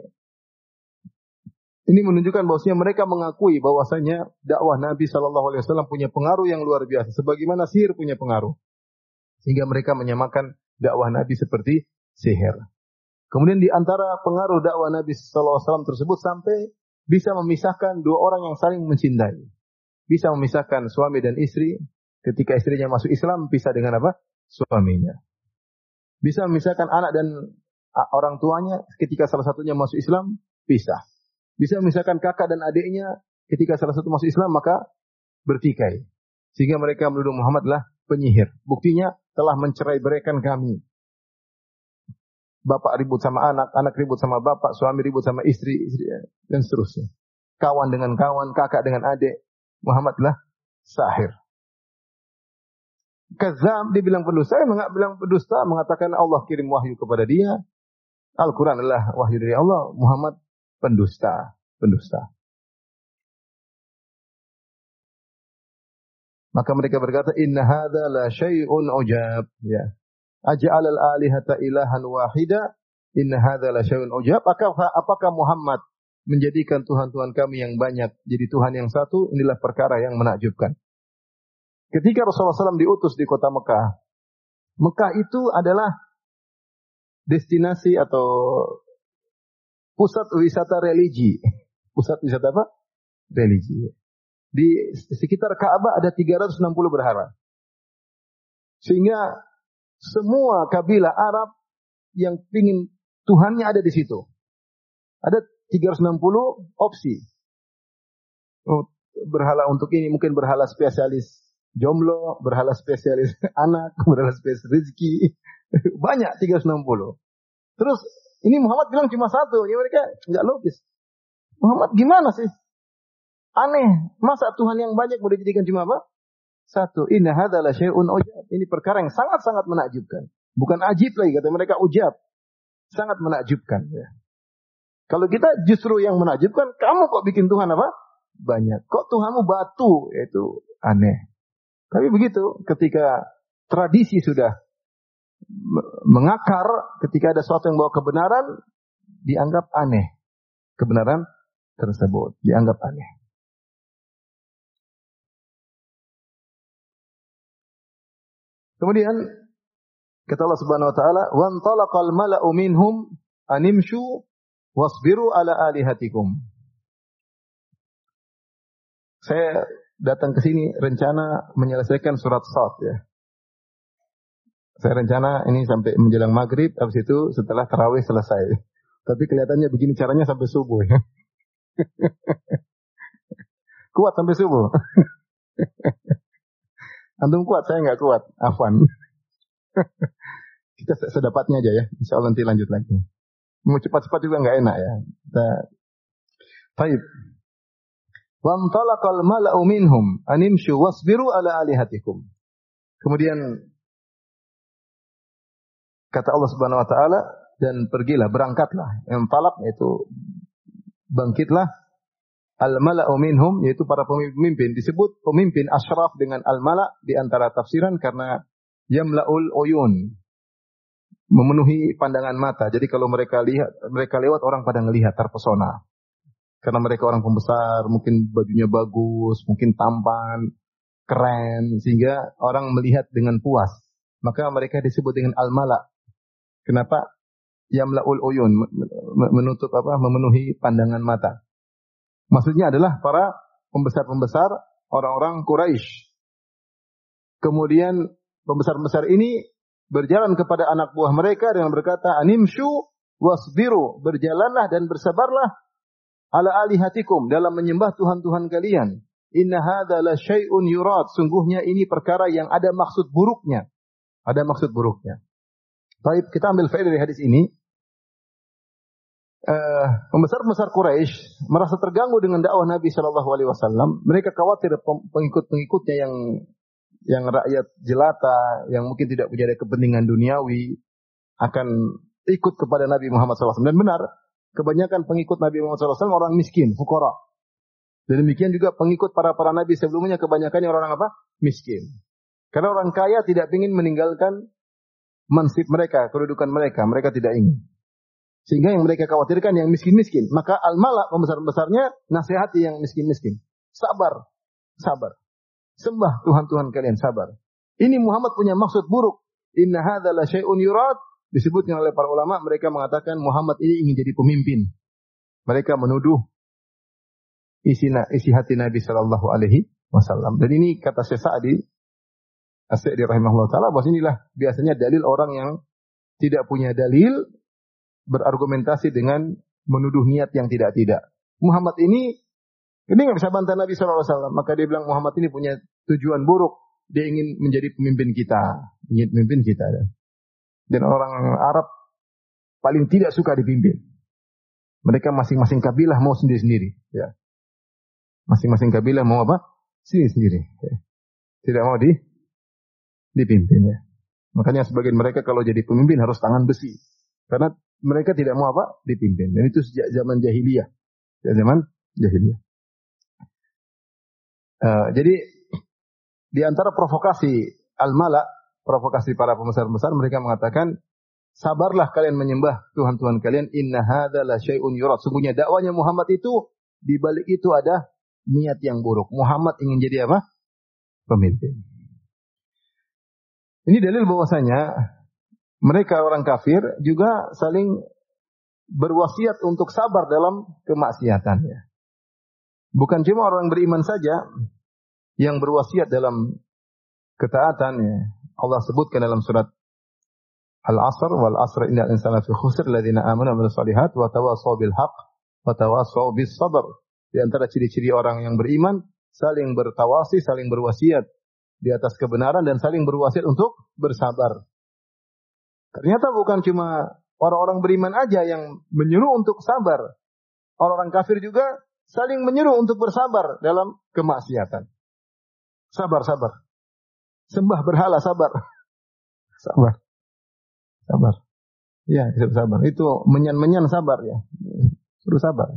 Ini menunjukkan bahwasanya mereka mengakui bahwasanya dakwah Nabi sallallahu alaihi wasallam punya pengaruh yang luar biasa sebagaimana sihir punya pengaruh. Sehingga mereka menyamakan dakwah Nabi seperti sihir. Kemudian di antara pengaruh dakwah Nabi sallallahu alaihi wasallam tersebut sampai bisa memisahkan dua orang yang saling mencintai. Bisa memisahkan suami dan istri ketika istrinya masuk Islam pisah dengan apa? Suaminya. Bisa memisahkan anak dan orang tuanya ketika salah satunya masuk Islam pisah. Bisa memisahkan kakak dan adiknya ketika salah satu masuk Islam maka bertikai. Sehingga mereka menuduh Muhammad adalah penyihir. Buktinya telah mencerai-beraikan kami. Bapak ribut sama anak, anak ribut sama bapak, suami ribut sama istri, dan seterusnya. Kawan dengan kawan, kakak dengan adik. Muhammad adalah sahir. Kazam dibilang pendusta, bilang pendusta, mengatakan Allah kirim wahyu kepada dia. Al-Quran adalah wahyu dari Allah. Muhammad pendusta. Maka mereka berkata, Inna hadha la syai'un ujab. Ya. Aja'al al-alihata ilahan wahida. Inna hadha la syai'un ujab. Apakah Muhammad menjadikan Tuhan-Tuhan kami yang banyak jadi Tuhan yang satu? Inilah perkara yang menakjubkan. Ketika Rasulullah SAW diutus di kota Mekah, Mekah itu adalah destinasi atau pusat wisata religi. Pusat wisata apa? Religi. Di sekitar Ka'bah ada 360 berhala. Sehingga semua kabilah Arab yang ingin Tuhannya ada di situ. Ada 360 opsi. Berhala untuk ini, mungkin berhala spesialis jomblo, berhala spesialis anak, berhala spesialis rezeki. Banyak 360. Terus ini Muhammad bilang cuma satu. Ya mereka enggak logis. Muhammad gimana sih? Aneh. Masa Tuhan yang banyak boleh dijadikan cuma apa? Satu. Inna hadza la syai'un ujab. Ini perkara yang sangat-sangat menakjubkan. Bukan ajib lagi kata mereka, ujab. Sangat menakjubkan ya. Kalau kita justru yang menakjubkan, kamu kok bikin Tuhan apa? Banyak. Kok Tuhanmu batu? Itu aneh. Tapi begitu ketika tradisi sudah mengakar, ketika ada sesuatu yang bawa kebenaran, dianggap aneh. Kebenaran tersebut dianggap aneh. Kemudian kata Allah Subhanahu wa taala, "Wa antalaqal mala'u minhum animshu wasbiru ala alihatikum." Saya datang ke sini rencana menyelesaikan surat Shad ya. Saya rencana ini sampai menjelang maghrib, habis itu setelah tarawih selesai. Tapi kelihatannya begini caranya sampai subuh ya. Kuat sampai subuh. Antum kuat, saya nggak kuat. Afwan. Kita sedapatnya aja ya. Insyaallah nanti lanjut lagi. Mau cepat-cepat juga enggak enak ya. Baik. Wa antalaqal mala'u minhum animshu wasbiru ala alihatikum. Kemudian kata Allah Subhanahu wa taala, dan pergilah, berangkatlah. Yang talak yaitu bangkitlah, al-mala'u minhum yaitu para pemimpin. Disebut pemimpin asyraf dengan al-mala' di antara tafsiran karena yamla'ul uyun, memenuhi pandangan mata. Jadi kalau mereka lewat, orang pada ngelihat, terpesona. Karena mereka orang pembesar, mungkin bajunya bagus, mungkin tampan, keren, sehingga orang melihat dengan puas. Maka mereka disebut dengan al-mala'. Kenapa? Yamla'ul uyun, memenuhi pandangan mata. Maksudnya adalah para pembesar-pembesar orang-orang Quraisy. Kemudian pembesar-pembesar ini berjalan kepada anak buah mereka dengan berkata, animshu wasbiru, berjalanlah dan bersabarlah ala alihatikum, dalam menyembah Tuhan-Tuhan kalian. Inna hadza la syai'un yurad, sungguhnya ini perkara yang ada maksud buruknya. Ada maksud buruknya. Baik, kita ambil faedah dari hadis ini. Pembesar-pembesar Quraisy merasa terganggu dengan dakwah Nabi Shallallahu Alaihi Wasallam. Mereka khawatir pengikut-pengikutnya yang rakyat jelata, yang mungkin tidak punya kepentingan duniawi, akan ikut kepada Nabi Muhammad SAW. Dan benar, kebanyakan pengikut Nabi Muhammad SAW orang miskin, fukara. Dan demikian juga pengikut para nabi sebelumnya kebanyakan orang apa? Miskin. Karena orang kaya tidak ingin meninggalkan mansib mereka, kedudukan mereka. Mereka tidak ingin. Sehingga yang mereka khawatirkan yang miskin-miskin. Maka al-mala, pembesar-pembesarnya, nasihati yang miskin-miskin. Sabar. Sabar. Sembah Tuhan-Tuhan kalian, sabar. Ini Muhammad punya maksud buruk. Inna hadza la syai'un yurad. Disebutkan oleh para ulama, mereka mengatakan Muhammad ini ingin jadi pemimpin. Mereka menuduh isi hati Nabi sallallahu alaihi wasallam. Dan ini kata Syekh Sa'di As-Sa'di rahimahullah taala, bahwa inilah biasanya dalil orang yang tidak punya dalil berargumentasi dengan menuduh niat yang tidak-tidak. Muhammad ini enggak bisa bantah Nabi sallallahu alaihi wasallam, maka dia bilang Muhammad ini punya tujuan buruk. Dia ingin menjadi pemimpin kita, ingin memimpin kita. Dan orang Arab paling tidak suka dipimpin. Mereka masing-masing kabilah mau sendiri-sendiri, ya. Masing-masing kabilah mau apa? Sendiri-sendiri. Ya. Tidak mau dipimpin, ya. Makanya sebagian mereka kalau jadi pemimpin harus tangan besi. Karena mereka tidak mau apa? Dipimpin. Dan itu sejak zaman jahiliyah. Sejak zaman jahiliyah. Jadi di antara provokasi al-mala, provokasi para pembesar-pembesar, mereka mengatakan, sabarlah kalian menyembah Tuhan-Tuhan kalian, inna hadza la syai'un yurad. Sungguhnya dakwanya Muhammad itu, di balik itu ada niat yang buruk. Muhammad ingin jadi apa? Pemimpin. Ini dalil bahwasanya mereka orang kafir juga saling berwasiat untuk sabar dalam kemaksiatannya. Bukan cuma orang beriman saja yang berwasiat dalam ketaatannya. Allah sebutkan dalam surat Al-Asr, wal asr innal insana fi khusr alladziina aamanu wa 'amilus shalihaat wa tawassaw bil haqq wa tawassaw bis sabr. Di antara ciri-ciri orang yang beriman, saling bertawasi, saling berwasiat di atas kebenaran dan saling berwasiat untuk bersabar. Ternyata bukan cuma orang-orang beriman aja yang menyuruh untuk sabar. Orang-orang kafir juga saling menyuruh untuk bersabar dalam kemaksiatan. Sabar, sabar. Sembah berhala, sabar. Sabar. Sabar. Ya, sabar. Itu menyan-menyan sabar ya. Suruh sabar.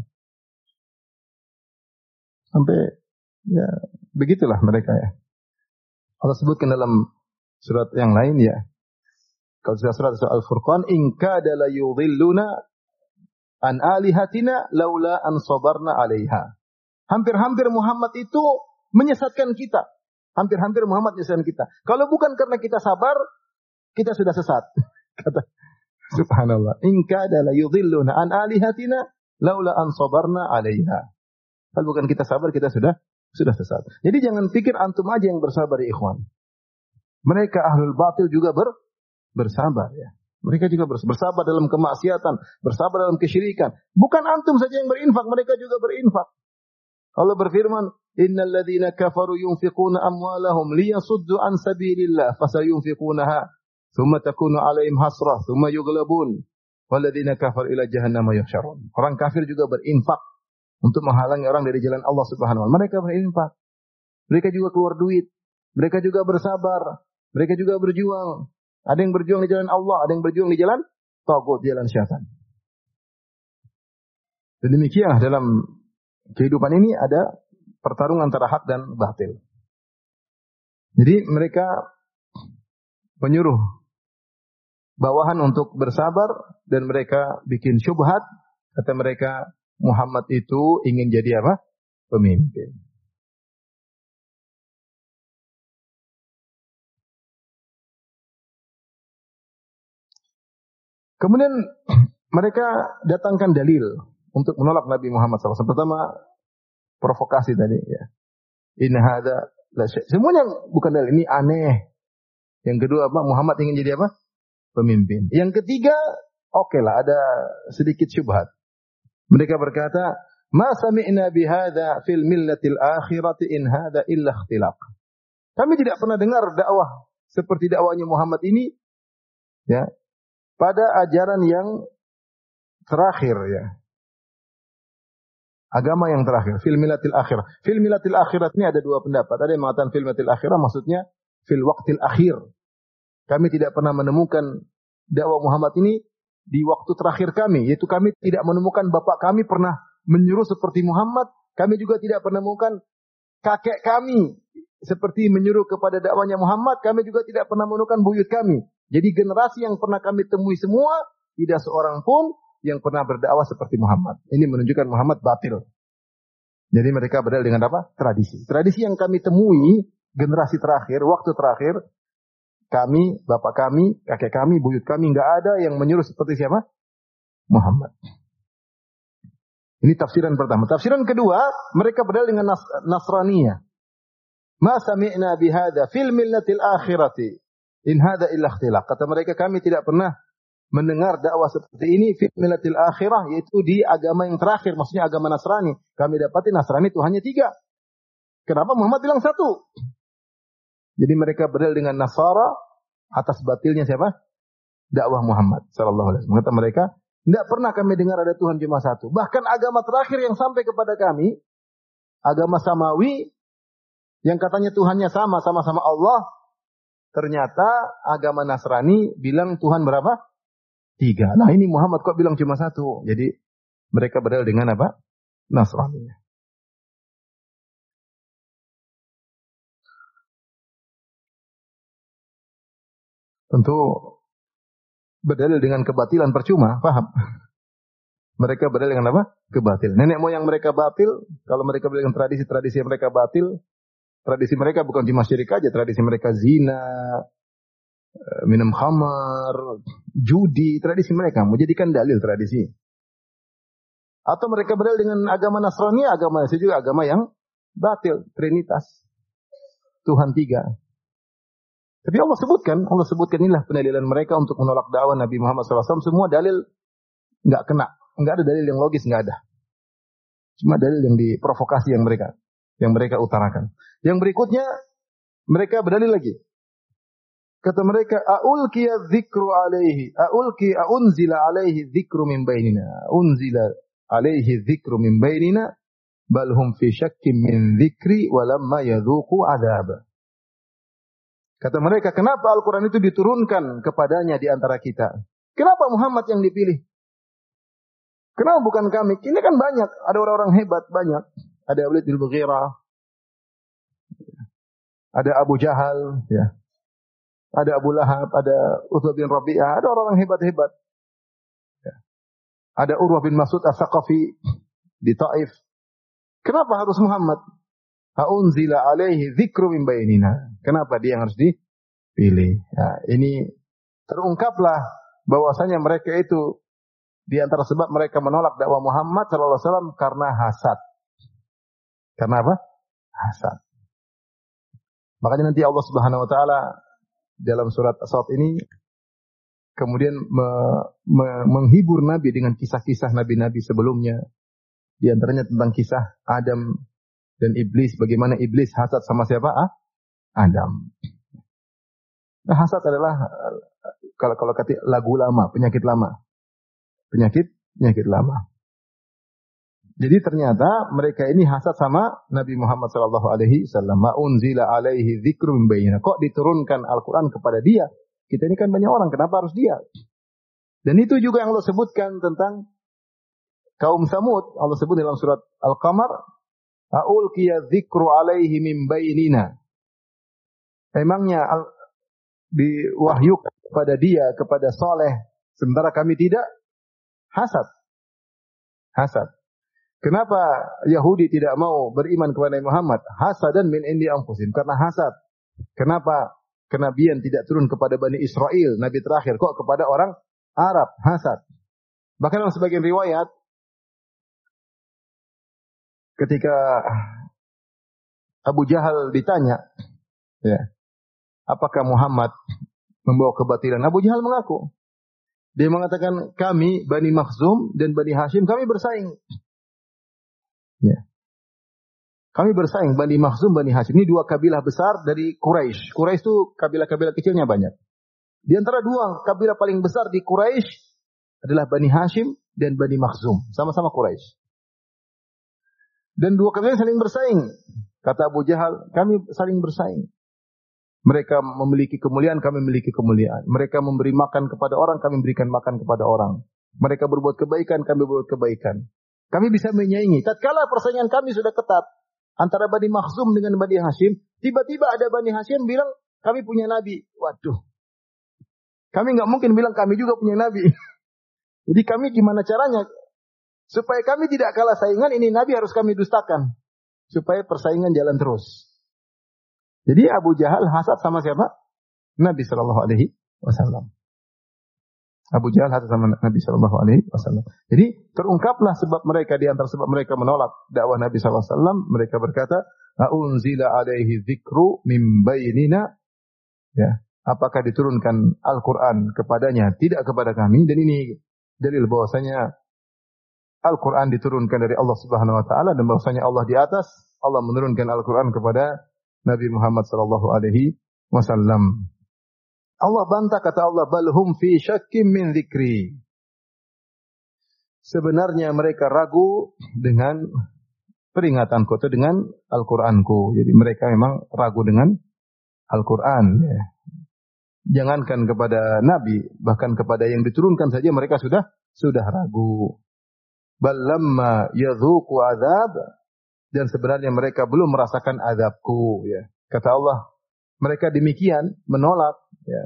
Sampai ya begitulah mereka ya. Allah sebutkan dalam surat yang lain ya. Kalau surat Al-Furqan, in kada la yudhilluna an alihatina laula an sabarna 'alaiha. Hampir-hampir Muhammad itu menyesatkan kita. Hampir-hampir Muhammad menyesatkan kita. Kalau bukan karena kita sabar, kita sudah sesat. Kata subhanallah, in kada la yudhilluna an alihatina laula an sabarna 'alaiha. Kalau bukan kita sabar, kita sudah sesat. Jadi jangan pikir antum aja yang bersabar ya ikhwan. Mereka ahlul batil juga bersabar ya. Mereka juga bersabar dalam kemaksiatan, bersabar dalam kesyirikan. Bukan antum saja yang berinfak, mereka juga berinfak. Allah berfirman, innal ladzina kafaru yunfiquna amwalahum liyasuddu an sabilillah fasayunfiqunaha thumma takunu 'alaihim hasrah, thumma yughlabun, walladzina kafaru ila jahannam yuhsyarun. Orang kafir juga berinfak untuk menghalangi orang dari jalan Allah Subhanahu wa taala. Mereka berinfak. Mereka juga keluar duit. Mereka juga bersabar. Mereka juga berjuang. Ada yang berjuang di jalan Allah, ada yang berjuang di jalan tagut, jalan syaitan. Dan demikian dalam kehidupan ini ada pertarungan antara hak dan batil. Jadi mereka menyuruh bawahan untuk bersabar dan mereka bikin syubhat. Kata mereka, Muhammad itu ingin jadi apa? Pemimpin. Kemudian mereka datangkan dalil untuk menolak Nabi Muhammad SAW. Pertama, provokasi tadi. Ya. In hadza la syai'. Semuanya bukan dalil. Ini aneh. Yang kedua, apa? Muhammad ingin jadi apa? Pemimpin. Yang ketiga, oke lah, ada sedikit syubhat. Mereka berkata, ma sami'na bihadza fil millatil akhirati in hadza illa ikhtilaq. Kami tidak pernah dengar dakwah seperti dakwahnya Muhammad ini, ya, pada ajaran yang terakhir, ya. Agama yang terakhir, fil millatil akhirah. Fil millatil akhirat ini ada dua pendapat. Ada yang mengatakan fil millatil akhirah maksudnya fil waqtil akhir. Kami tidak pernah menemukan dakwah Muhammad ini di waktu terakhir kami, yaitu kami tidak menemukan bapak kami pernah menyuruh seperti Muhammad. Kami juga tidak pernah menemukan kakek kami seperti menyuruh kepada dakwahnya Muhammad. Kami juga tidak pernah menemukan buyut kami. Jadi generasi yang pernah kami temui semua, tidak seorang pun yang pernah berdakwah seperti Muhammad. Ini menunjukkan Muhammad batil. Jadi mereka berdalil dengan apa? Tradisi. Tradisi yang kami temui, generasi terakhir, waktu terakhir, kami, bapak kami, kakek kami, buyut kami, enggak ada yang menyuruh seperti siapa? Muhammad. Ini tafsiran pertama. Tafsiran kedua, mereka berdalil dengan Nasraniyah. Ma sami'na bihadza fil millatil akhirati. In hadza illa ikhtilaq. Kata mereka, kami tidak pernah mendengar dakwah seperti ini fil millatil akhirah, yaitu di agama yang terakhir, maksudnya agama Nasrani. Kami dapati Nasrani Tuhannya 3. Kenapa Muhammad bilang 1? Jadi mereka berdalil dengan Nasara atas batilnya siapa? Dakwah Muhammad sallallahu alaihi wasallam. Kata mereka, tidak pernah kami dengar ada Tuhan cuma 1. Bahkan agama terakhir yang sampai kepada kami, agama Samawi yang katanya Tuhannya sama-sama Allah, ternyata agama Nasrani bilang Tuhan berapa? 3. Nah ini Muhammad kok bilang cuma 1. Jadi mereka berdalil dengan apa? Nasrani. Tentu berdalil dengan kebatilan percuma, paham? Mereka berdalil dengan apa? Kebatil. Nenek moyang mereka batil, kalau mereka berdalil dengan tradisi-tradisi mereka batil, tradisi mereka bukan cuma syirik aja, tradisi mereka zina, minum khamar, judi, tradisi mereka menjadikan dalil tradisi. Atau mereka berdalil dengan agama Nasrani, agama itu juga agama yang batil, Trinitas. Tuhan 3. Tapi Allah sebutkan inilah pendalilan mereka untuk menolak dakwah Nabi Muhammad SAW. Semua dalil enggak kena, enggak ada dalil yang logis, enggak ada. Cuma dalil yang diprovokasi yang mereka utarakan. Yang berikutnya mereka berdalil lagi. Kata mereka, aulqiya dzikru alaihi, unzila alaihi dzikru min bainina, unzila alaihi dzikru min bainina, bal hum fi syakkin min dzikri wa lamma yadzuqu adzab. Kata mereka, kenapa Al-Quran itu diturunkan kepadanya di antara kita? Kenapa Muhammad yang dipilih? Kenapa bukan kami? Ini kan banyak, ada orang-orang hebat, banyak. Ada Walid bin Mughirah, ada Abu Jahal, ya. Ada Abu Lahab, ada Uthman bin Rabi'ah, ada orang-orang hebat-hebat. Ya. Ada Urwah bin Mas'ud As-Saqafi di Taif. Kenapa harus Muhammad? Unzila alaihi dzikru min bainina. Kenapa dia yang harus dipilih? Ya, ini terungkaplah bahwasanya mereka itu di antara sebab mereka menolak dakwah Muhammad sallallahu alaihi wasallam karena hasad. Karena apa? Hasad. Makanya nanti Allah Subhanahu wa taala dalam surat As-Saff ini kemudian menghibur Nabi dengan kisah-kisah nabi-nabi sebelumnya. Di antaranya tentang kisah Adam dan Iblis, bagaimana Iblis hasad sama siapa? Adam. Nah, hasad adalah kalau kata lagu lama, penyakit lama. Penyakit lama. Jadi ternyata mereka ini hasad sama Nabi Muhammad sallallahu alaihi wasallam. Ma unzila alaihi dzikru min bayyina. Kok diturunkan Al-Qur'an kepada dia? Kita ini kan banyak orang, kenapa harus dia? Dan itu juga yang Allah sebutkan tentang kaum Samud. Allah sebut dalam surat Al-Qamar, "Aulqiya dzikru alaihi min bainina." Emangnya diwahyu kepada dia, kepada Saleh, sementara kami tidak? Hasad. Hasad. Kenapa Yahudi tidak mau beriman kepada Nabi Muhammad? Hasadan min indi anfusihim. Karena hasad. Kenapa kenabian tidak turun kepada Bani Israel, nabi terakhir, kok kepada orang Arab? Hasad. Bahkan dalam sebagian riwayat, ketika Abu Jahal ditanya, ya, apakah Muhammad membawa kebatilan? Abu Jahal mengaku. Dia mengatakan, kami Bani Makhzum dan Bani Hashim, kami bersaing. Ya. Kami bersaing, Bani Makhzum, Bani Hashim. Ini dua kabilah besar dari Quraisy. Quraisy itu kabilah-kabilah kecilnya banyak. Di antara dua kabilah paling besar di Quraisy adalah Bani Hashim dan Bani Makhzum. Sama-sama Quraisy. Dan dua kabilah saling bersaing. Kata Abu Jahal, kami saling bersaing. Mereka memiliki kemuliaan, kami memiliki kemuliaan. Mereka memberi makan kepada orang, kami memberikan makan kepada orang. Mereka berbuat kebaikan, kami berbuat kebaikan. Kami bisa menyaingi. Tatkala persaingan kami sudah ketat antara Bani Makhzum dengan Bani Hashim, tiba-tiba ada Bani Hashim bilang, kami punya nabi. Waduh. Kami nggak mungkin bilang kami juga punya nabi. Jadi kami gimana caranya? Supaya kami tidak kalah saingan, ini nabi harus kami dustakan. Supaya persaingan jalan terus. Jadi Abu Jahal hasad sama siapa? Nabi sallallahu alaihi wasallam. Abu Jahal hasad sama Nabi sallallahu alaihi wasallam. Jadi terungkaplah sebab mereka, di antara sebab mereka menolak dakwah Nabi sallallahu alaihi wasallam, mereka berkata, "Unzila alaihi dzikru min bainina." Ya, apakah diturunkan Al-Qur'an kepadanya? Tidak kepada kami. Dan ini dalil bahwasanya Al-Qur'an diturunkan dari Allah Subhanahu wa taala dan bahwasanya Allah di atas. Allah menurunkan Al-Qur'an kepada Nabi Muhammad sallallahu alaihi wasallam. Allah bantah, kata Allah, balhum fi syakkim min dzikri. Sebenarnya mereka ragu dengan peringatanku atau dengan Al-Qur'anku. Jadi mereka memang ragu dengan Al-Qur'an, ya. Jangankan kepada Nabi, bahkan kepada yang diturunkan saja mereka sudah ragu. Bal lamma yadhuqu adzab, dan sebenarnya mereka belum merasakan azabku, ya. Kata Allah, mereka demikian menolak, ya.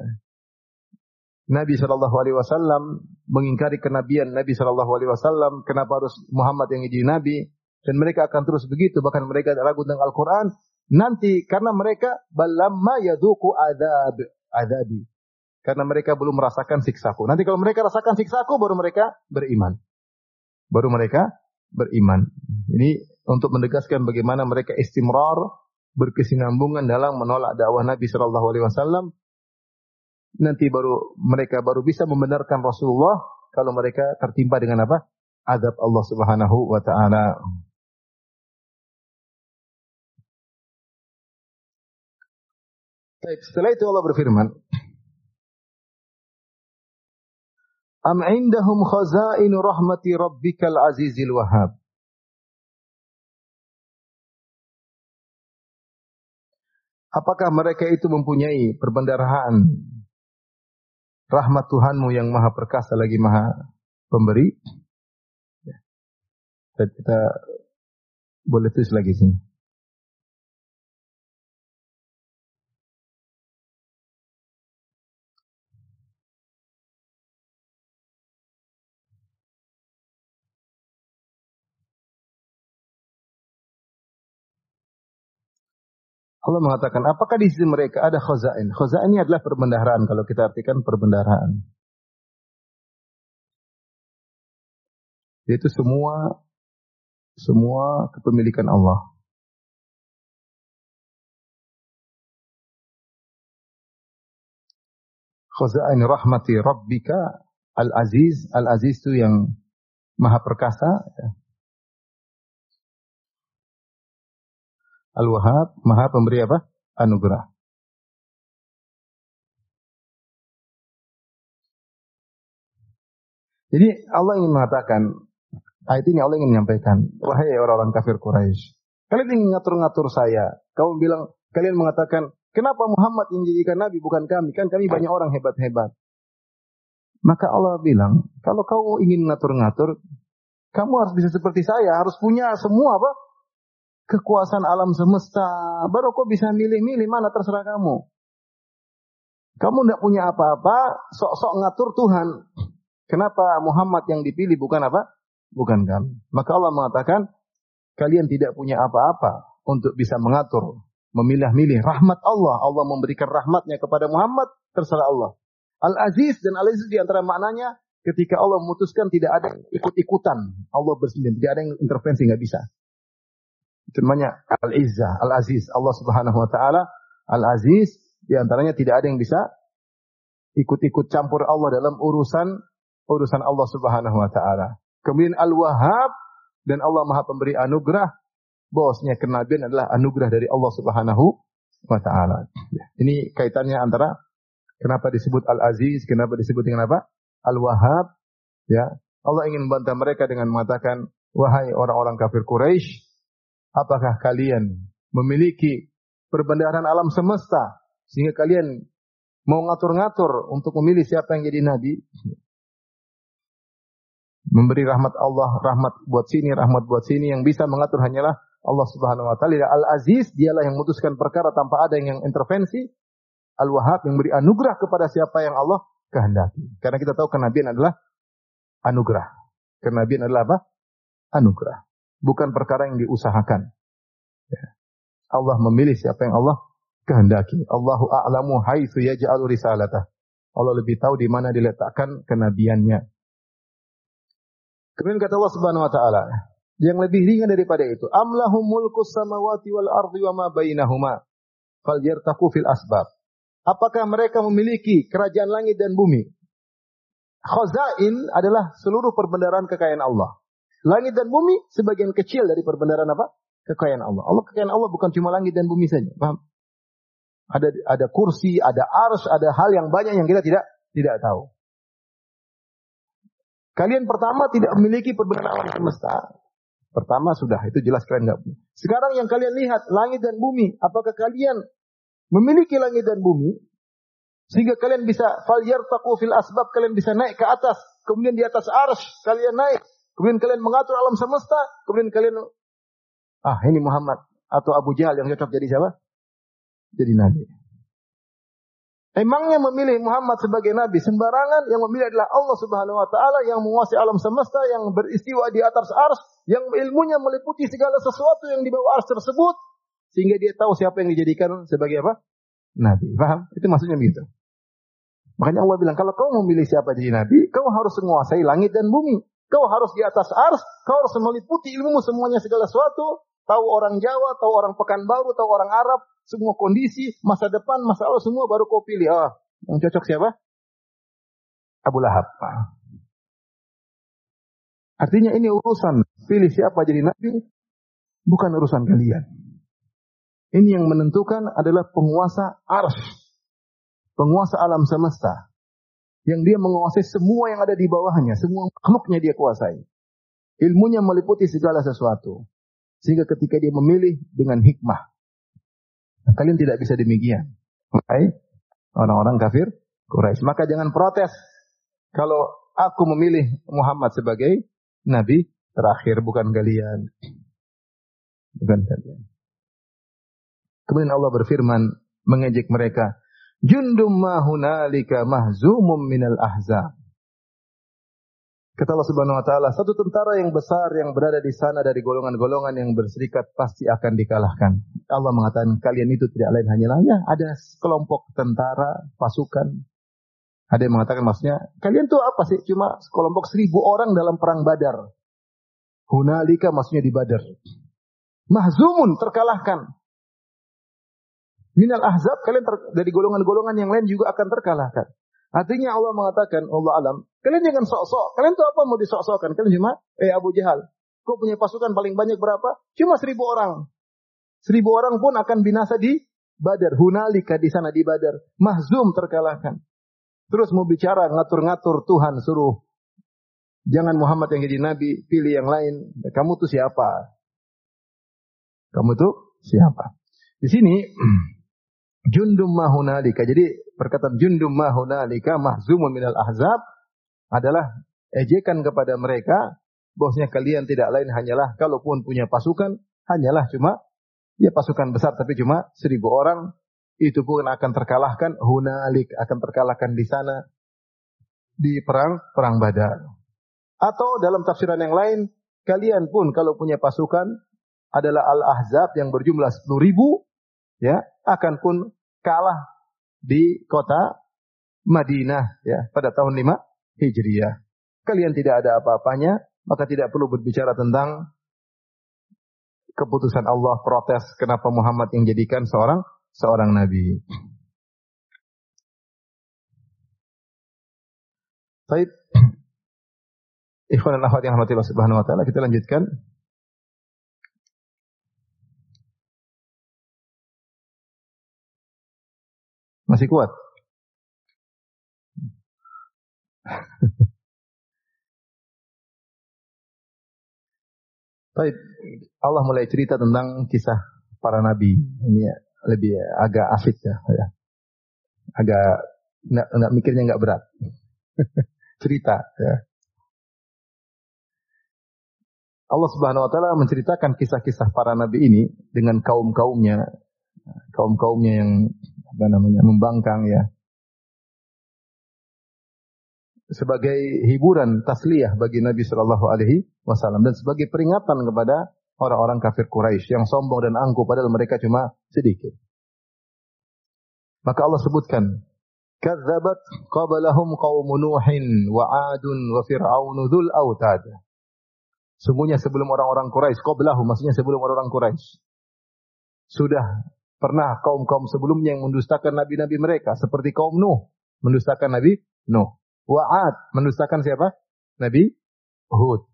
Nabi sallallahu alaihi wasallam mengingkari kenabian Nabi sallallahu alaihi wasallam, kenapa harus Muhammad yang jadi nabi? Dan mereka akan terus begitu, bahkan mereka ragu tentang Al-Qur'an nanti karena mereka balamma yadzuqu adabi. Karena mereka belum merasakan siksaku. Nanti kalau mereka rasakan siksaku baru mereka beriman. Baru mereka beriman. Ini untuk menegaskan bagaimana mereka istimrar, berkesinambungan dalam menolak dakwah Nabi sallallahu alaihi wasallam. Nanti mereka baru bisa membenarkan Rasulullah kalau mereka tertimpa dengan apa? Azab Allah Subhanahu wa taala. Baik, setelah itu Allah berfirman, Am indahum khazainu rahmati rabbikal azizil wahhab. Apakah mereka itu mempunyai perbendaharaan rahmat Tuhanmu yang maha perkasa lagi maha pemberi? Ya. Kita boleh tulis lagi sini. Allah mengatakan, apakah di sisi mereka ada khazain? Khazain ini adalah perbendaharaan, kalau kita artikan perbendaharaan. Yaitu semua kepemilikan Allah. Khazain rahmati rabbika al-aziz. Al-aziz itu yang maha perkasa. Al-wahhab, maha pemberi apa? Anugerah. Jadi Allah ingin mengatakan, ayat ini Allah ingin menyampaikan, wahai orang-orang kafir Quraisy, kalian ingin ngatur-ngatur saya. Kalian mengatakan, kenapa Muhammad yang dijadikan nabi bukan kami? Kan kami banyak orang hebat-hebat. Maka Allah bilang, kalau kau ingin ngatur-ngatur, kamu harus bisa seperti saya, harus punya semua apa? Kekuasaan alam semesta. Baru kau bisa milih-milih mana terserah kamu. Kamu tidak punya apa-apa, sok-sok ngatur Tuhan. Kenapa Muhammad yang dipilih bukan apa? Bukan kami. Maka Allah mengatakan, kalian tidak punya apa-apa untuk bisa mengatur, memilah-milih rahmat Allah. Allah memberikan rahmatnya kepada Muhammad, terserah Allah. Al-Aziz dan Al-Aziz di antara maknanya, ketika Allah memutuskan tidak ada ikut-ikutan. Allah bersendiri, tidak ada yang intervensi, nggak bisa. Itu namanya Al-Izzah, Al-Aziz. Allah Subhanahu wa taala Al-Aziz, di antaranya tidak ada yang bisa ikut-ikut campur Allah dalam urusan Allah Subhanahu wa taala. Kemudian Al-Wahhab, dan Allah Maha Pemberi anugerah. Bosnya kenabian adalah anugerah dari Allah Subhanahu wa taala. Ini kaitannya antara kenapa disebut Al-Aziz, kenapa disebut dengan apa? Al-Wahhab. Ya, Allah ingin membantah mereka dengan mengatakan, wahai orang-orang kafir Quraisy, apakah kalian memiliki perbendaharaan alam semesta sehingga kalian mau ngatur-ngatur untuk memilih siapa yang jadi nabi? Memberi rahmat Allah, rahmat buat sini, rahmat buat sini, yang bisa mengatur hanyalah Allah Subhanahu wa taala. Al-Aziz, dialah yang memutuskan perkara tanpa ada yang intervensi. Al-Wahhab, yang beri anugerah kepada siapa yang Allah kehendaki. Karena kita tahu kenabian adalah anugerah. Kenabian adalah apa? Anugerah. Bukan perkara yang diusahakan. Ya. Allah memilih siapa yang Allah kehendaki. Allahu a'lamu haitsu yaj'alu risalatah. Allah lebih tahu di mana diletakkan kenabiannya. Kemudian kata Allah Subhanahu wa taala, yang lebih ringan daripada itu, amlahum mulkus samawati wal ardi wa ma bainahuma falyartaqu fil asbab. Apakah mereka memiliki kerajaan langit dan bumi? Khazain adalah seluruh perbendaharaan kekayaan Allah. Langit dan bumi sebagian kecil dari perbendaharaan apa? Kekayaan Allah. Kekayaan Allah bukan cuma langit dan bumi saja. Paham? Ada kursi, ada arsy, ada hal yang banyak yang kita tidak tahu. Kalian pertama tidak memiliki perbendaharaan alam semesta. Pertama sudah, itu jelas kalian enggak punya. Sekarang yang kalian lihat, langit dan bumi. Apakah kalian memiliki langit dan bumi? Sehingga kalian bisa, falyartaqu fil asbab, kalian bisa naik ke atas. Kemudian di atas arsy kalian naik. Kemudian kalian mengatur alam semesta. Kemudian kalian, ini Muhammad atau Abu Jahal yang cocok jadi siapa? Jadi nabi. Emangnya memilih Muhammad sebagai nabi sembarangan? Yang memilih adalah Allah Subhanahu wa taala yang menguasai alam semesta, yang beristiwa di atas arsy, yang ilmunya meliputi segala sesuatu yang di bawah arsy tersebut, sehingga dia tahu siapa yang dijadikan sebagai apa? Nabi. Paham? Itu maksudnya begitu. Makanya Allah bilang, kalau kau memilih siapa jadi nabi, kau harus menguasai langit dan bumi. Kau harus di atas arsy, kau harus meliputi ilmu semuanya segala sesuatu, tahu orang Jawa, tahu orang Pekanbaru, tahu orang Arab, semua kondisi, masa depan, masa lalu, semua baru kau pilih. Yang cocok siapa? Abu Lahab. Artinya ini urusan pilih siapa jadi nabi, bukan urusan kalian. Ini yang menentukan adalah penguasa arsy, penguasa alam semesta, yang dia menguasai semua yang ada di bawahnya, semua makhluknya dia kuasai. Ilmunya meliputi segala sesuatu. Sehingga ketika dia memilih dengan hikmah. Kalian tidak bisa demikian. Orang-orang kafir Quraisy. Maka jangan protes kalau aku memilih Muhammad sebagai nabi terakhir, bukan kalian. Bukan kalian. Kemudian Allah berfirman mengejek mereka, jundum ma hunalika mahzumum minal ahzab. Kata Allah Subhanahu wa taala, satu tentara yang besar yang berada di sana dari golongan-golongan yang berserikat pasti akan dikalahkan. Allah mengatakan kalian itu tidak lain hanyalah ada kelompok tentara, pasukan. Ada yang mengatakan maksudnya, kalian tuh apa sih? Cuma kelompok 1.000 orang dalam perang Badar. Hunalika maksudnya di Badar. Mahzumun, terkalahkan. Minal ahzab, kalian dari golongan-golongan yang lain juga akan terkalahkan. Artinya Allah mengatakan, Allah alam, kalian jangan sok-sok. Kalian tuh apa mau disok-sokkan? Kalian cuma, Abu Jahal, kau punya pasukan paling banyak berapa? Cuma 1.000 orang. 1.000 orang pun akan binasa di Badar. Hunalika di sana di Badar. Mahzum, terkalahkan. Terus mau bicara, ngatur-ngatur Tuhan suruh Jangan Muhammad yang jadi nabi, pilih yang lain. Kamu tuh siapa? Kamu tuh siapa? Di sini jundum mahunalika. Jadi perkataan jundum mahunalika mahzumun minal ahzab adalah ejekan kepada mereka bahwasanya kalian tidak lain hanyalah kalaupun punya pasukan hanyalah cuma ya pasukan besar tapi cuma 1.000 orang, itu pun akan terkalahkan hunalik, akan terkalahkan di sana di perang Badar. Atau dalam tafsiran yang lain, kalian pun kalau punya pasukan adalah Al-Ahzab yang berjumlah 10.000, ya, akan pun kalah di kota Madinah, ya, pada tahun 5 Hijriah. Kalian tidak ada apa-apanya, maka tidak perlu berbicara tentang keputusan Allah, protes kenapa Muhammad yang jadikan seorang nabi. Baik. Ikhwan dan akhwat yang rahmatillah subhanahu wa ta'ala, kita lanjutkan. Masih kuat? Baik. Allah mulai cerita tentang kisah para nabi. Ini ya, lebih agak asik ya. Agak enggak mikirnya enggak berat. Cerita ya. Allah Subhanahu wa taala menceritakan kisah-kisah para nabi ini dengan kaum-kaumnya yang membangkang ya. Sebagai hiburan tasliyah bagi Nabi sallallahu alaihi wasallam dan sebagai peringatan kepada orang-orang kafir Quraisy yang sombong dan angkuh padahal mereka cuma sedikit. Maka Allah sebutkan, "Kadzabat qablahum qaum Nuhin wa 'adun wa fir'aunu dzul autad." Sungguhnya sebelum orang-orang Quraisy, qablahum maksudnya sebelum orang-orang Quraisy, sudah pernah kaum-kaum sebelumnya yang mendustakan nabi-nabi mereka seperti kaum Nuh, mendustakan Nabi Nuh. Wa 'ad, mendustakan siapa? Nabi Hud.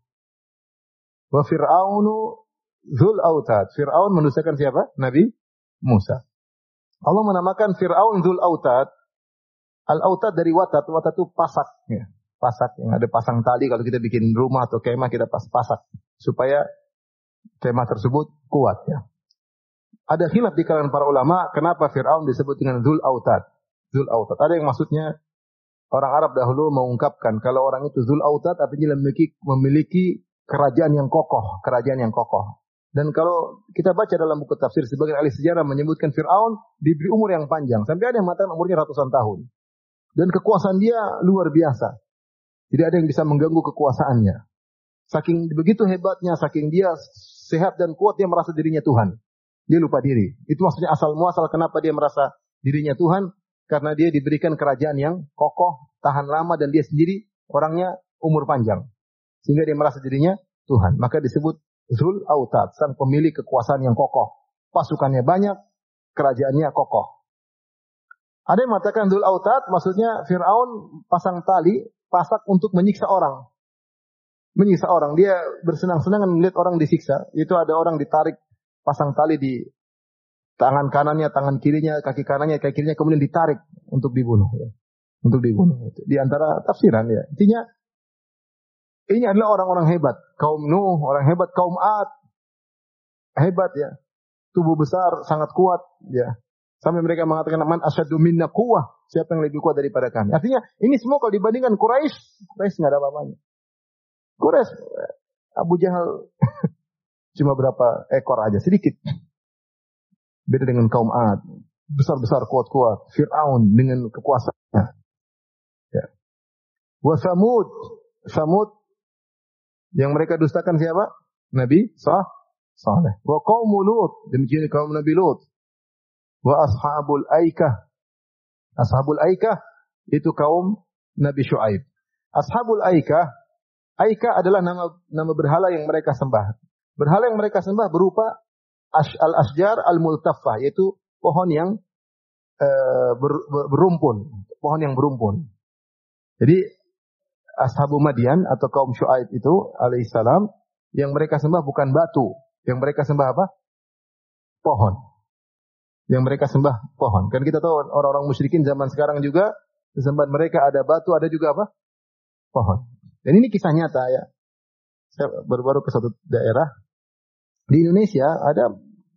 Wa fir'aunu dzul autad. Fir'aun mendustakan siapa? Nabi Musa. Allah menamakan Fir'aun dzul autad. Al-autad dari watat. Watat itu pasak ya. Pasak yang ada pasang tali kalau kita bikin rumah atau kemah kita pasak supaya kemah tersebut kuat ya. Ada khilaf di kalangan para ulama kenapa Fir'aun disebut dengan dzul autad. Dzul autad. Ada yang maksudnya orang Arab dahulu mengungkapkan kalau orang itu dzul autad artinya memiliki kerajaan yang kokoh, Dan kalau kita baca dalam buku tafsir sebagian ahli sejarah menyebutkan Fir'aun diberi umur yang panjang sampai ada yang mengatakan umurnya ratusan tahun. Dan kekuasaan dia luar biasa. Tidak ada yang bisa mengganggu kekuasaannya. Saking begitu hebatnya, saking dia sehat dan kuat, dia merasa dirinya Tuhan. Dia lupa diri. Itu maksudnya asal muasal kenapa dia merasa dirinya Tuhan. Karena dia diberikan kerajaan yang kokoh, tahan lama, dan dia sendiri orangnya umur panjang. Sehingga dia merasa dirinya Tuhan. Maka disebut Dzul Autad, sang pemilik kekuasaan yang kokoh. Pasukannya banyak, kerajaannya kokoh. Ada yang mengatakan Dzul Autad, maksudnya Fir'aun pasang tali, pasak untuk menyiksa orang. Menyiksa orang. Dia bersenang-senang melihat orang disiksa. Itu ada orang ditarik, pasang tali di tangan kanannya, tangan kirinya, kaki kanannya, kaki kirinya, kemudian ditarik untuk dibunuh. Ya. Untuk dibunuh. Di antara tafsiran ya. Intinya, ini adalah orang-orang hebat. Kaum Nuh, orang hebat. Kaum 'Ad, hebat ya. Tubuh besar, sangat kuat. Ya. Sampai mereka mengatakan, "Man asyaddu minna quwwah." Siapa yang lebih kuat daripada kami? Artinya, ini semua kalau dibandingkan Quraisy nggak ada apa-apanya. Quraisy, Abu Jahal cuma berapa ekor aja, sedikit. Beda dengan kaum 'Ad. Besar-besar, kuat-kuat. Fir'aun dengan kekuasaannya. Ya. Wa Samud yang mereka dustakan siapa? Nabi Saleh. Wa qaum Lut, demikian kaum Nabi Lut. Wa ashabul Aikah. Ashabul Aikah itu kaum Nabi Syuaib. Ashabul Aikah adalah nama berhala yang mereka sembah. Berhala yang mereka sembah berupa al-asjar al-multaffah, yaitu pohon yang berumpun, pohon yang berumpun. Jadi Ashabu Madian atau kaum Syuaib itu alaihissalam yang mereka sembah bukan batu, yang mereka sembah apa? Pohon. Yang mereka sembah pohon. Kan kita tahu orang-orang musyrikin zaman sekarang juga sembahan mereka ada batu, ada juga apa? Pohon. Dan ini kisah nyata ya. Saya baru-baru ke satu daerah di Indonesia ada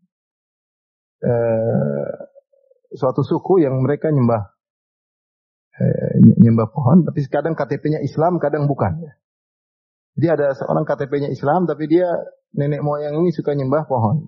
suatu suku yang mereka nyembah pohon, tapi kadang KTP-nya Islam, kadang bukan. Jadi ada seorang KTP-nya Islam, tapi dia nenek moyang ini suka nyembah pohon.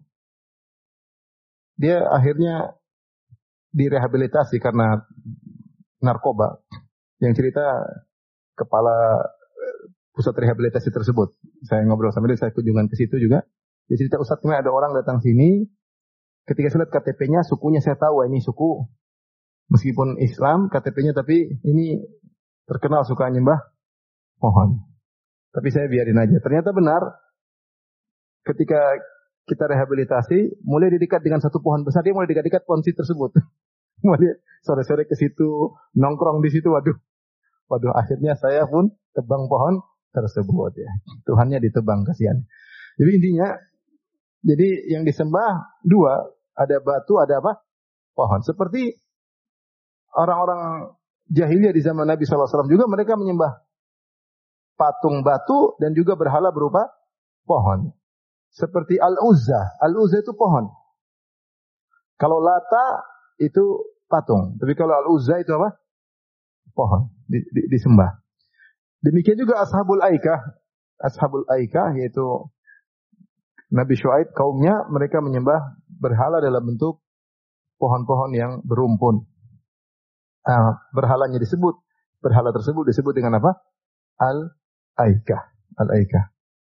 Dia akhirnya direhabilitasi karena narkoba. Yang cerita kepala pusat rehabilitasi tersebut. Saya ngobrol sama dia, saya kunjungan ke situ juga. Dia cerita, Ustaz, kemarin ada orang datang sini. Ketika saya lihat KTP-nya, sukunya saya tahu, ini suku meskipun Islam KTP-nya, tapi ini terkenal suka nyembah pohon. Tapi saya biarin aja. Ternyata benar, ketika kita rehabilitasi, mulai didekat dengan satu pohon besar, dia mulai dekat-dekat pohon tersebut. Mulai sore-sore ke situ, nongkrong di situ, waduh, akhirnya saya pun tebang pohon tersebut ya. Tuhannya ditebang, kasihan. Jadi intinya, jadi yang disembah dua, ada batu, ada apa? Pohon. Seperti orang-orang jahiliyah di zaman Nabi SAW juga, mereka menyembah patung batu dan juga berhala berupa pohon. Seperti Al-Uzza. Al-Uzza itu pohon. Kalau Lata itu patung. Tapi kalau Al-Uzza itu apa? Pohon. Disembah. Demikian juga Ashabul Aikah. Ashabul Aikah yaitu Nabi Syuaib, kaumnya, mereka menyembah berhala dalam bentuk pohon-pohon yang berumpun. Berhala tersebut disebut dengan apa? Al-Aikah. Al-Aikah.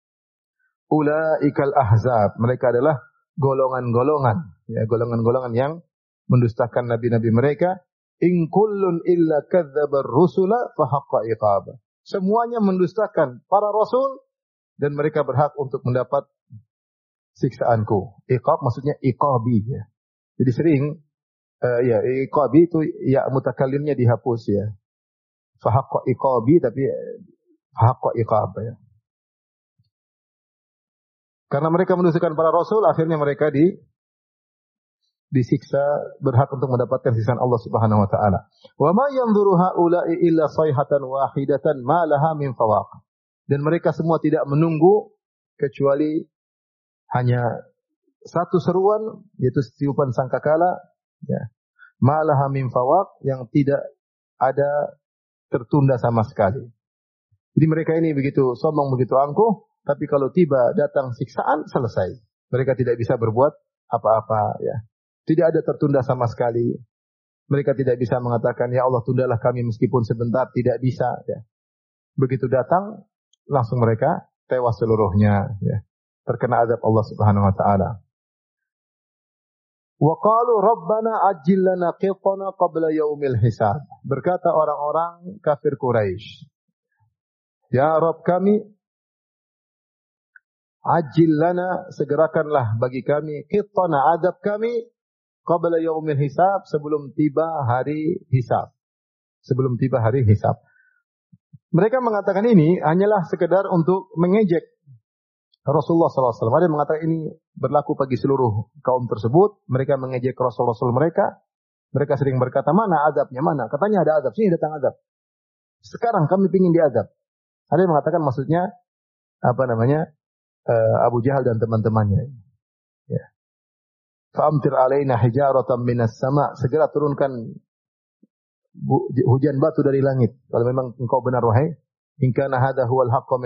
Ulaikal ahzab. Mereka adalah golongan-golongan. Ya, golongan-golongan yang mendustakan nabi-nabi mereka. In kullun illa kadzabar rusula fahaqqa iqab. Semuanya mendustakan para rasul dan mereka berhak untuk mendapat siksaanku. Iqab maksudnya iqabi ya. Jadi sering iqabi itu ya mutakallimnya dihapus ya. Fahaqqa iqabi tapi fahaqqa iqab ya. Karena mereka mendustakan para rasul, akhirnya mereka disiksa, berhak untuk mendapatkan siksaan Allah Subhanahu wa taala. Wa ma yanzuru haula'i illa sayhatan wahidatan ma laha min fawaq. Dan mereka semua tidak menunggu kecuali hanya satu seruan, yaitu tiupan sangkakala ya. Ma laha min fawaq, yang tidak ada tertunda sama sekali. Jadi mereka ini begitu sombong, begitu angkuh, tapi kalau tiba datang siksaan, selesai. Mereka tidak bisa berbuat apa-apa ya. Tidak ada tertunda sama sekali. Mereka tidak bisa mengatakan, ya Allah tundalah kami meskipun sebentar. Tidak bisa ya. Begitu datang, langsung mereka tewas seluruhnya ya. Terkena azab Allah Subhanahu wa taala. Wa qalu rabbana ajjil lana qitana qabla yaumil hisab. Berkata orang-orang kafir Quraisy, ya Rabb kami, ajil lana, segerakanlah bagi kami, qitana, adab kami, qabla yaumil hisab, sebelum tiba hari hisab. Sebelum tiba hari hisab. Mereka mengatakan ini hanyalah sekedar untuk mengejek Rasulullah SAW. Ada yang mengatakan ini berlaku bagi seluruh kaum tersebut. Mereka mengejek Rasul-Rasul mereka. Mereka sering berkata, mana adabnya, mana? Katanya ada adab, sini datang adab. Sekarang kami ingin diadab. Ada yang mengatakan maksudnya, Abu Jahal dan teman-temannya. Ya. Fa'amtir alaina hijaratan minas sama. Segera turunkan hujan batu dari langit. Kalau memang engkau benar wahai, in kana hadha huwal haqqu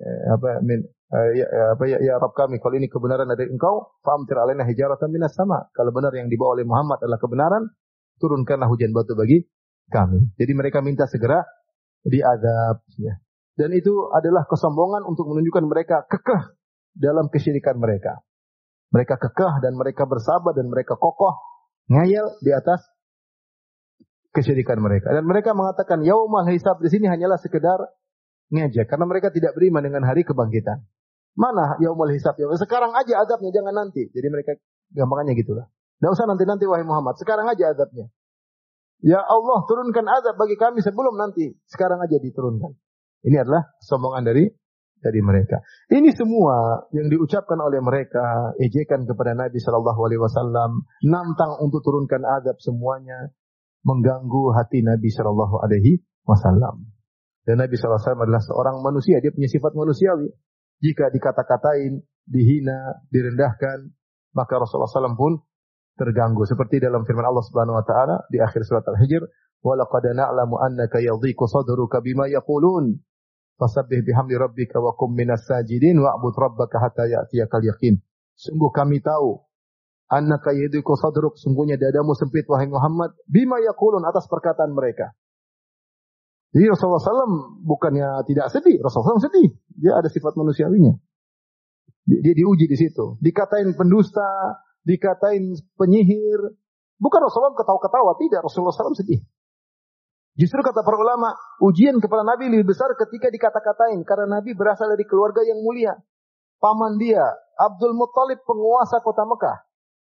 ya Rabb kami, kalau ini kebenaran dari engkau, fa'amtir alaina hijaratan minas sama. Kalau benar yang dibawa oleh Muhammad adalah kebenaran, turunkanlah hujan batu bagi kami. Jadi mereka minta segera diazab ya. Dan itu adalah kesombongan untuk menunjukkan mereka kekeh dalam kesyirikan mereka. Mereka kekeh dan mereka bersabar dan mereka kokoh, ngayal di atas kesyirikan mereka. Dan mereka mengatakan yaumul hisab di sini hanyalah sekedar ngejek karena mereka tidak beriman dengan hari kebangkitan. Mana yaumul hisab? Sekarang aja azabnya, jangan nanti. Jadi mereka gampangannya gitulah. Enggak usah nanti-nanti wahai Muhammad, sekarang aja azabnya. Ya Allah, turunkan azab bagi kami sebelum nanti, sekarang aja diturunkan. Ini adalah kesombongan dari mereka. Ini semua yang diucapkan oleh mereka, ejekan kepada Nabi SAW, nantang untuk turunkan azab, semuanya mengganggu hati Nabi SAW. Dan Nabi SAW adalah seorang manusia, dia punya sifat manusiawi. Jika dikata-katain, dihina, direndahkan, maka Rasulullah SAW pun terganggu. Seperti dalam firman Allah Subhanahu Wa Taala di akhir surat Al-Hijr, وَلَقَدْ نَعْلَمُ أَنَّكَ يَضِيقُ صَدْرُكَ بِمَا يَقُولُونَ فَسَبِّحْ بِحَمْدِ رَبِّكَ وَكُن مِّنَ السَّاجِدِينَ وَاعْبُدْ رَبَّكَ حَتَّى يَأْتِيَكَ الْيَقِينُ. Sungguh kami tahu, annaka yadiku sadruk, sungguhnya dadamu sempit wahai Muhammad, bima yaqulun, atas perkataan mereka. Jadi Rasulullah SAW bukannya tidak sedih, Rasulullah SAW sedih. Dia ada sifat manusiawinya. Dia diuji di situ. Dikatain pendusta, dikatain penyihir. Bukan Rasulullah ketawa-ketawa, tidak. Rasulullah SAW sedih. Justru kata para ulama, ujian kepada Nabi lebih besar ketika dikata-katain. Karena Nabi berasal dari keluarga yang mulia. Paman dia, Abdul Muttalib, penguasa kota Mekah.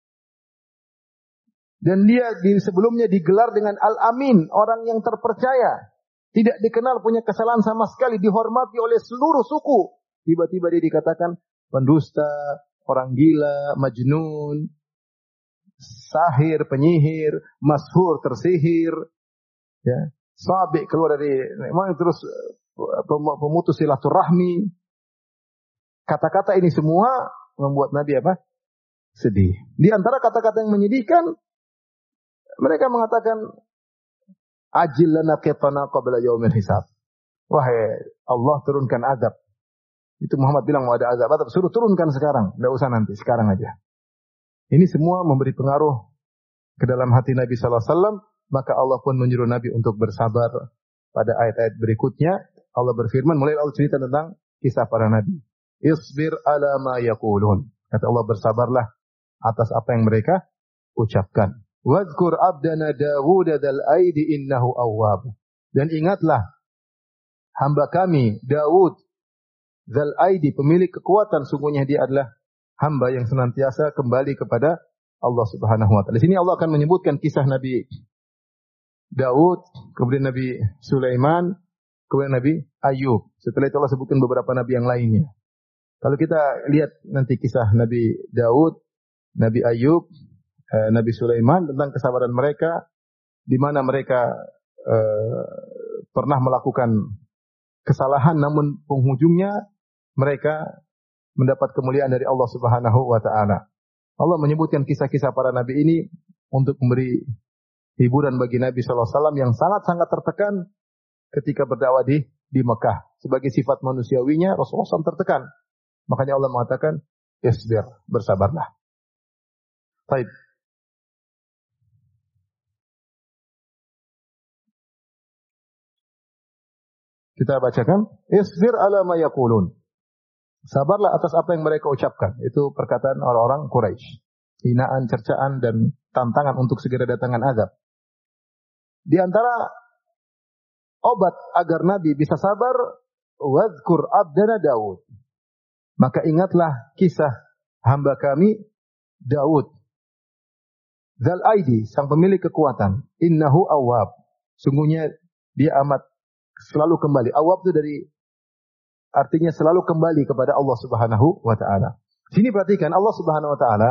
Dan dia sebelumnya digelar dengan Al-Amin, orang yang terpercaya. Tidak dikenal punya kesalahan sama sekali, dihormati oleh seluruh suku. Tiba-tiba dia dikatakan pendusta, orang gila, majnun, sahir, penyihir, mashur, tersihir, ya, sabik, keluar dari, terus pemutus silaturahmi. Kata-kata ini semua membuat Nabi apa? Sedih. Di antara kata-kata yang menyedihkan, mereka mengatakan, ajil lana qitana qabla yaumil hisab. Wahai Allah, turunkan azab. Itu Muhammad bilang mau ada azab, suruh turunkan sekarang, enggak usah nanti, sekarang aja. Ini semua memberi pengaruh ke dalam hati Nabi sallallahu alaihi wasallam, maka Allah pun menyuruh Nabi untuk bersabar. Pada ayat-ayat berikutnya Allah berfirman, mulai Allah cerita tentang kisah para nabi. Isbir ala ma yaqulun. Kata Allah, bersabarlah atas apa yang mereka ucapkan. Wadhkur abdana Dawud dzal aidi innahu awwab. Dan ingatlah hamba kami Daud dzal aidi, pemilik kekuatan, sungguhnya dia adalah hamba yang senantiasa kembali kepada Allah Subhanahu wa taala. Di sini Allah akan menyebutkan kisah Nabi Daud, kemudian Nabi Sulaiman, kemudian Nabi Ayub. Setelah itu Allah sebutkan beberapa nabi yang lainnya. Kalau kita lihat nanti kisah Nabi Daud, Nabi Ayub, Nabi Sulaiman, tentang kesabaran mereka, di mana mereka pernah melakukan kesalahan, namun penghujungnya mereka mendapat kemuliaan dari Allah Subhanahu wa taala. Allah menyebutkan kisah-kisah para nabi ini untuk memberi hiburan bagi Nabi sallallahu alaihi wasallam yang sangat-sangat tertekan ketika berdakwah di Mekah. Sebagai sifat manusiawinya Rasulullah SAW tertekan. Makanya Allah mengatakan, isbir, bersabarlah. Baik. Kita bacakan, isbir ala ma yaqulun. Sabarlah atas apa yang mereka ucapkan. Itu perkataan orang-orang Quraisy. Hinaan, cercaan, dan tantangan untuk segera datangkan azab. Di antara obat agar Nabi bisa sabar, wadhkur abdana Daud. Maka ingatlah kisah hamba kami Daud. Dzal aidi, sang pemilik kekuatan. Innahu awwab. Sungguhnya dia amat selalu kembali. Awwab itu dari artinya selalu kembali kepada Allah Subhanahu wa taala. Sini perhatikan, Allah Subhanahu wa taala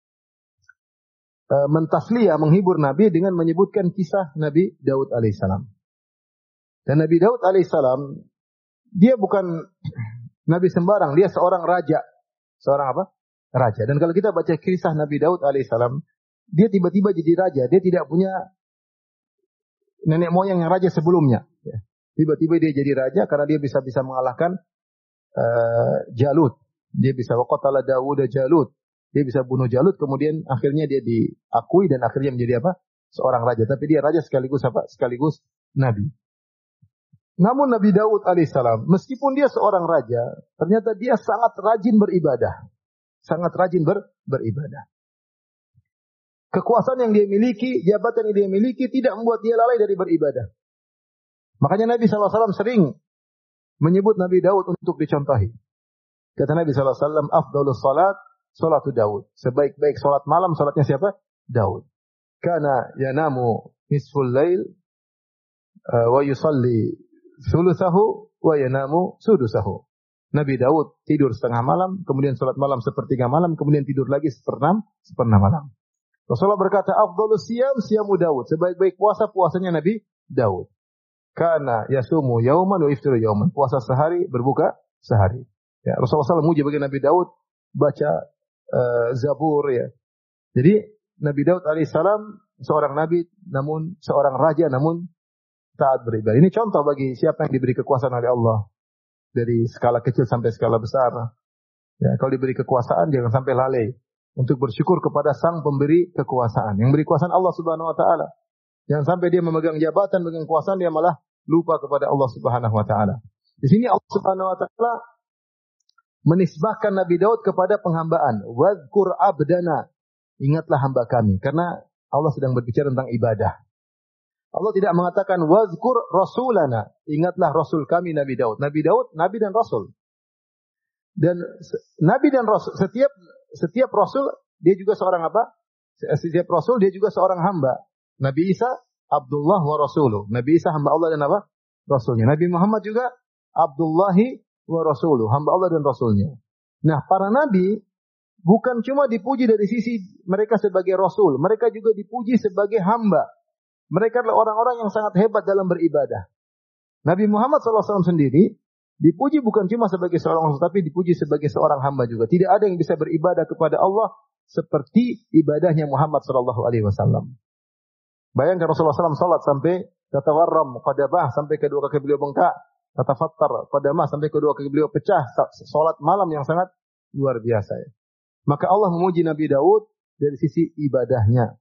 mentasliyah, menghibur Nabi dengan menyebutkan kisah Nabi Daud alaihissalam. Dan Nabi Daud alaihissalam, dia bukan Nabi sembarang, dia seorang raja. Seorang apa? Raja. Dan kalau kita baca kisah Nabi Daud alaihissalam, dia tiba-tiba jadi raja. Dia tidak punya nenek moyang yang raja sebelumnya. Tiba-tiba dia jadi raja karena dia bisa mengalahkan Jalut. Dia bisa waqatala Dawud Jalut. Dia bisa bunuh Jalut, kemudian akhirnya dia diakui dan akhirnya menjadi apa? Seorang raja. Tapi dia raja sekaligus apa? Sekaligus nabi. Namun Nabi Daud alaihissalam, meskipun dia seorang raja, ternyata dia sangat rajin beribadah. Sangat rajin beribadah. Kekuasaan yang dia miliki, jabatan yang dia miliki tidak membuat dia lalai dari beribadah. Makanya Nabi SAW sering menyebut Nabi Daud untuk dicontohi. Kata Nabi SAW, afdalus salat, salatu Daud. Sebaik-baik salat malam, salatnya siapa? Daud. Kana yanamu nisful lail, wa yusalli sulusahu, wa yanamu sudusahu. Nabi Daud tidur setengah malam, kemudian salat malam sepertiga malam, kemudian tidur lagi seperempat malam. Rasulullah berkata, afdalus siyam, siyamu Daud. Sebaik-baik puasa, puasanya Nabi Daud. kana yasumu yauman wa yaftiru yauman. Puasa sehari, berbuka sehari. Ya, Rasulullah SAW memuji bagi Nabi Daud baca Zabur ya. Jadi Nabi Daud alaihissalam seorang nabi namun seorang raja namun taat beribadah. Ini contoh bagi siapa yang diberi kekuasaan oleh Allah dari skala kecil sampai skala besar. Ya, kalau diberi kekuasaan jangan sampai lalai untuk bersyukur kepada Sang pemberi kekuasaan. Yang beri kekuasaan Allah Subhanahu wa taala. Jangan sampai dia memegang jabatan, memegang kekuasaan dia malah lupa kepada Allah Subhanahu wa taala. Di sini Allah Subhanahu wa taala menisbahkan Nabi Daud kepada penghambaan. Wadhkur abdana. Ingatlah hamba kami. Karena Allah sedang berbicara tentang ibadah. Allah tidak mengatakan wadhkur rasulana. Ingatlah rasul kami Nabi Daud. Nabi Daud, nabi dan rasul. Dan nabi dan rasul, setiap rasul dia juga seorang apa? Setiap rasul dia juga seorang hamba. Nabi Isa Abdullah wa rasuluh. Nabi Isa hamba Allah dan apa? Rasulnya. Nabi Muhammad juga Abdullahi wa rasuluh, hamba Allah dan rasulnya. Nah, para nabi bukan cuma dipuji dari sisi mereka sebagai rasul, mereka juga dipuji sebagai hamba. Mereka adalah orang-orang yang sangat hebat dalam beribadah. Nabi Muhammad SAW sendiri dipuji bukan cuma sebagai seorang rasul, tapi dipuji sebagai seorang hamba juga. Tidak ada yang bisa beribadah kepada Allah seperti ibadahnya Muhammad SAW. Bayangkan Rasulullah SAW salat sampai tatawarram, qadabah, sampai kedua kaki beliau bengkak. Tatafattar, qadamah, sampai kedua kaki beliau pecah. Salat malam yang sangat luar biasa ya. Maka Allah memuji Nabi Daud dari sisi ibadahnya.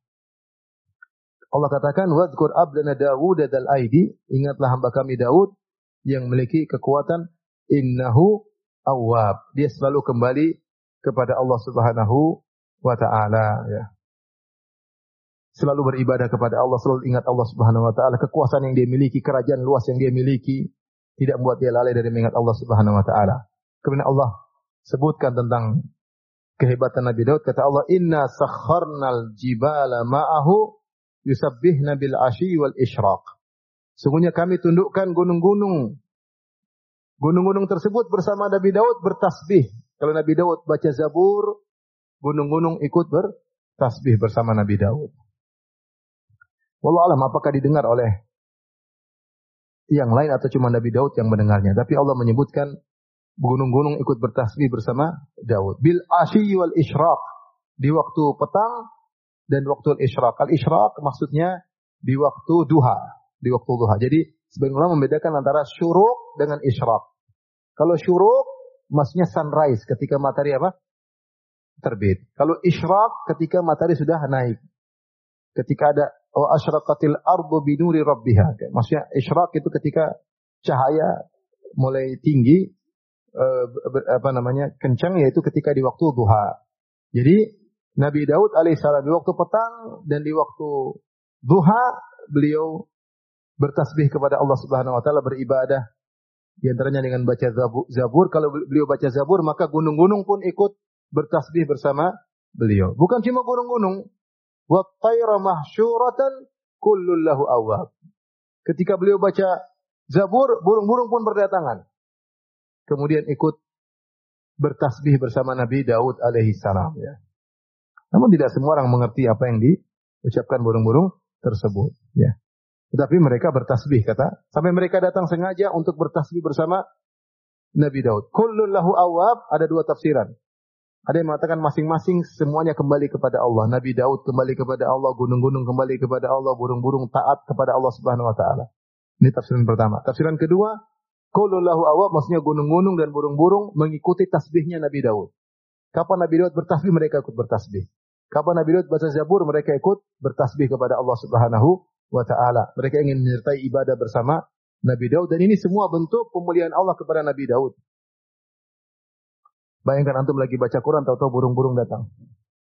Allah katakan, wadhkur abdana Dawud dzal aidi, ingatlah hamba kami Daud yang memiliki kekuatan, innahu awwab. Dia selalu kembali kepada Allah Subhanahu wa taala ya. Selalu beribadah kepada Allah, selalu ingat Allah Subhanahu wa taala, kekuasaan yang dia miliki, kerajaan luas yang dia miliki, tidak membuat dia lalai dari mengingat Allah Subhanahu wa taala. Kemudian Allah sebutkan tentang kehebatan Nabi Daud, kata Allah, inna sakharnal jibala ma'ahu yusabbihna bil asyi wal isyraq. Sungguhnya kami tundukkan gunung-gunung. Gunung-gunung tersebut bersama Nabi Daud bertasbih. Kalau Nabi Daud baca Zabur, gunung-gunung ikut bertasbih bersama Nabi Daud. Wallahu alam apakah didengar oleh yang lain atau cuma Nabi Daud yang mendengarnya. Tapi Allah menyebutkan gunung-gunung ikut bertasbih bersama Daud. Bil asyi wal isyraq. Di waktu petang dan waktu al-isyraq. Al-isyraq maksudnya di waktu duha. Di waktu duha. Jadi sebagian ulama membedakan antara syuruk dengan isyraq. Kalau syuruk maksudnya sunrise ketika matahari apa? Terbit. Kalau isyraq ketika matahari sudah naik. Ketika ada wa asyraqatil ardu binuri rabbiha. Maksudnya isyraq itu ketika cahaya mulai tinggi kencang, yaitu ketika di waktu duha. Jadi Nabi Daud alaihissalam di waktu petang dan di waktu duha beliau bertasbih kepada Allah Subhanahu wa taala, beribadah di antaranya dengan baca Zabur. Kalau beliau baca Zabur maka gunung-gunung pun ikut bertasbih bersama beliau. Bukan cuma gunung-gunung, wa tayra mahsyuratan kullun lahu awwab. Ketika beliau baca Zabur, burung-burung pun berdatangan. Kemudian ikut bertasbih bersama Nabi Daud alaihi salam ya. Namun tidak semua orang mengerti apa yang diucapkan burung-burung tersebut ya. Tetapi mereka bertasbih sampai mereka datang sengaja untuk bertasbih bersama Nabi Daud. Kullun lahu awwab, ada dua tafsiran. Ada yang mengatakan masing-masing semuanya kembali kepada Allah. Nabi Daud kembali kepada Allah, gunung-gunung kembali kepada Allah, burung-burung taat kepada Allah Subhanahu wa taala. Ini tafsiran pertama. Tafsiran kedua, qulul lahu awwab, maksudnya gunung-gunung dan burung-burung mengikuti tasbihnya Nabi Daud. Kapan Nabi Daud bertasbih, mereka ikut bertasbih. Kapan Nabi Daud baca Zabur, mereka ikut bertasbih kepada Allah Subhanahu wa taala. Mereka ingin menyertai ibadah bersama Nabi Daud, dan ini semua bentuk pemuliaan Allah kepada Nabi Daud. Bayangkan antum lagi baca Quran, tahu-tahu burung-burung datang.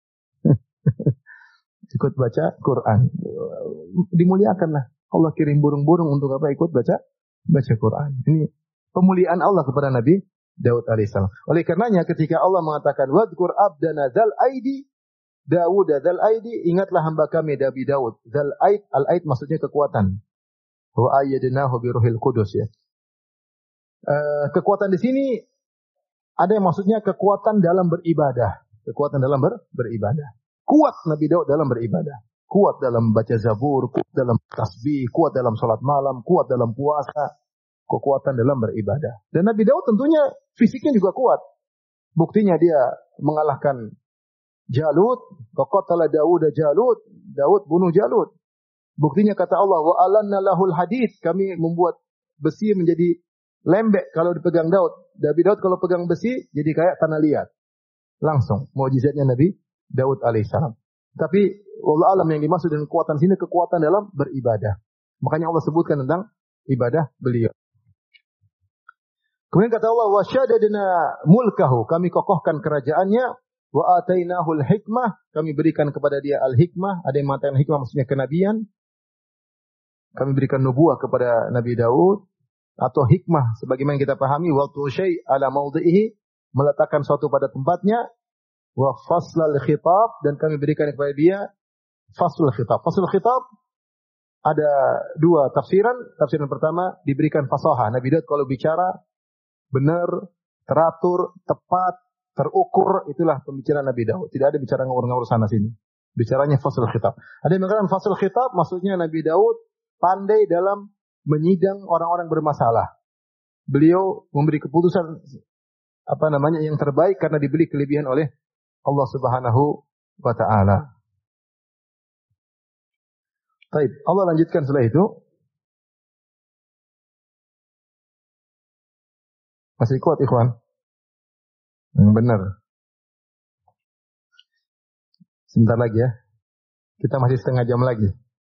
Ikut baca Quran. Dimuliakanlah. Allah kirim burung-burung untuk apa? Ikut baca Quran. Ini pemuliaan Allah kepada Nabi Daud alaihissalam. Oleh karenanya ketika Allah mengatakan wadhkur abdana dzal aidi Daud dzal aidi, ingatlah hamba kami Nabi Daud. Dzal aid, al-aid maksudnya kekuatan. Wa ayyadnahu bi ruhil qudus ya. Kekuatan di sini ada yang maksudnya kekuatan dalam beribadah. Kekuatan dalam beribadah. Kuat Nabi Daud dalam beribadah. kuat dalam baca Zabur, kuat dalam tasbih, kuat dalam salat malam, kuat dalam puasa, kekuatan dalam beribadah. Dan Nabi Daud tentunya fisiknya juga kuat. Buktinya dia mengalahkan Jalut, qatala Daud Jalut, Daud bunuh Jalut. Buktinya kata Allah, wa alanna lahul hadid, kami membuat besi menjadi lembek kalau dipegang Daud. Nabi Daud kalau pegang besi jadi kayak tanah liat. Langsung mukjizatnya Nabi Daud alaihissalam. Tapi Allah alam yang dimaksud dengan kekuatan sini kekuatan dalam beribadah. Makanya Allah sebutkan tentang ibadah beliau. Kemudian kata Allah, wa syadadna mulkahu, kami kokohkan kerajaannya, wa atainahul hikmah, kami berikan kepada dia al-hikmah. Ada yang mengatakan hikmah maksudnya kenabian. Kami berikan nubuah kepada Nabi Daud, atau hikmah sebagaimana kita pahami, waktu syai' ala maudhihi, meletakkan suatu pada tempatnya, wa faslal khitab, dan kami berikan kepada dia faslul khitab. Faslul khitab ada dua tafsiran. Tafsiran pertama, diberikan fasaha. Nabi Daud kalau bicara benar, teratur, tepat, terukur, itulah pembicaraan Nabi Daud. Tidak ada bicara ngawur-ngawur sana sini. Bicaranya faslul khitab. Ada yang mengatakan faslul khitab maksudnya Nabi Daud pandai dalam menyidang orang-orang bermasalah. Beliau memberi keputusan yang terbaik karena diberi kelebihan oleh Allah Subhanahu wa taala. Baik, Allah lanjutkan setelah itu. Masih kuat ikhwan? Yang benar. Sebentar lagi ya. Kita masih setengah jam lagi.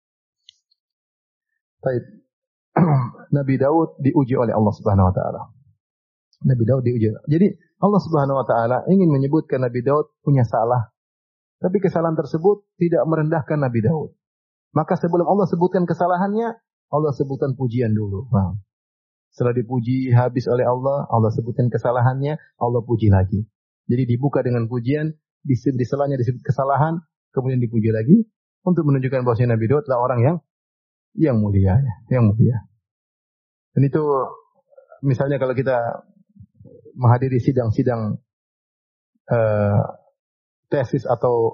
Baik. Nabi Daud diuji oleh Allah Subhanahu wa taala. Nabi Daud diuji. Jadi Allah Subhanahu wa taala ingin menyebutkan Nabi Daud punya salah. Tapi kesalahan tersebut tidak merendahkan Nabi Daud. Maka sebelum Allah sebutkan kesalahannya, Allah sebutkan pujian dulu. Paham? Setelah dipuji habis oleh Allah, Allah sebutkan kesalahannya, Allah puji lagi. Jadi dibuka dengan pujian, di selanya disebut kesalahan, kemudian dipuji lagi untuk menunjukkan bahwa Nabi Daud adalah orang yang mulia, yang mulia. Dan itu misalnya kalau kita menghadiri sidang-sidang tesis atau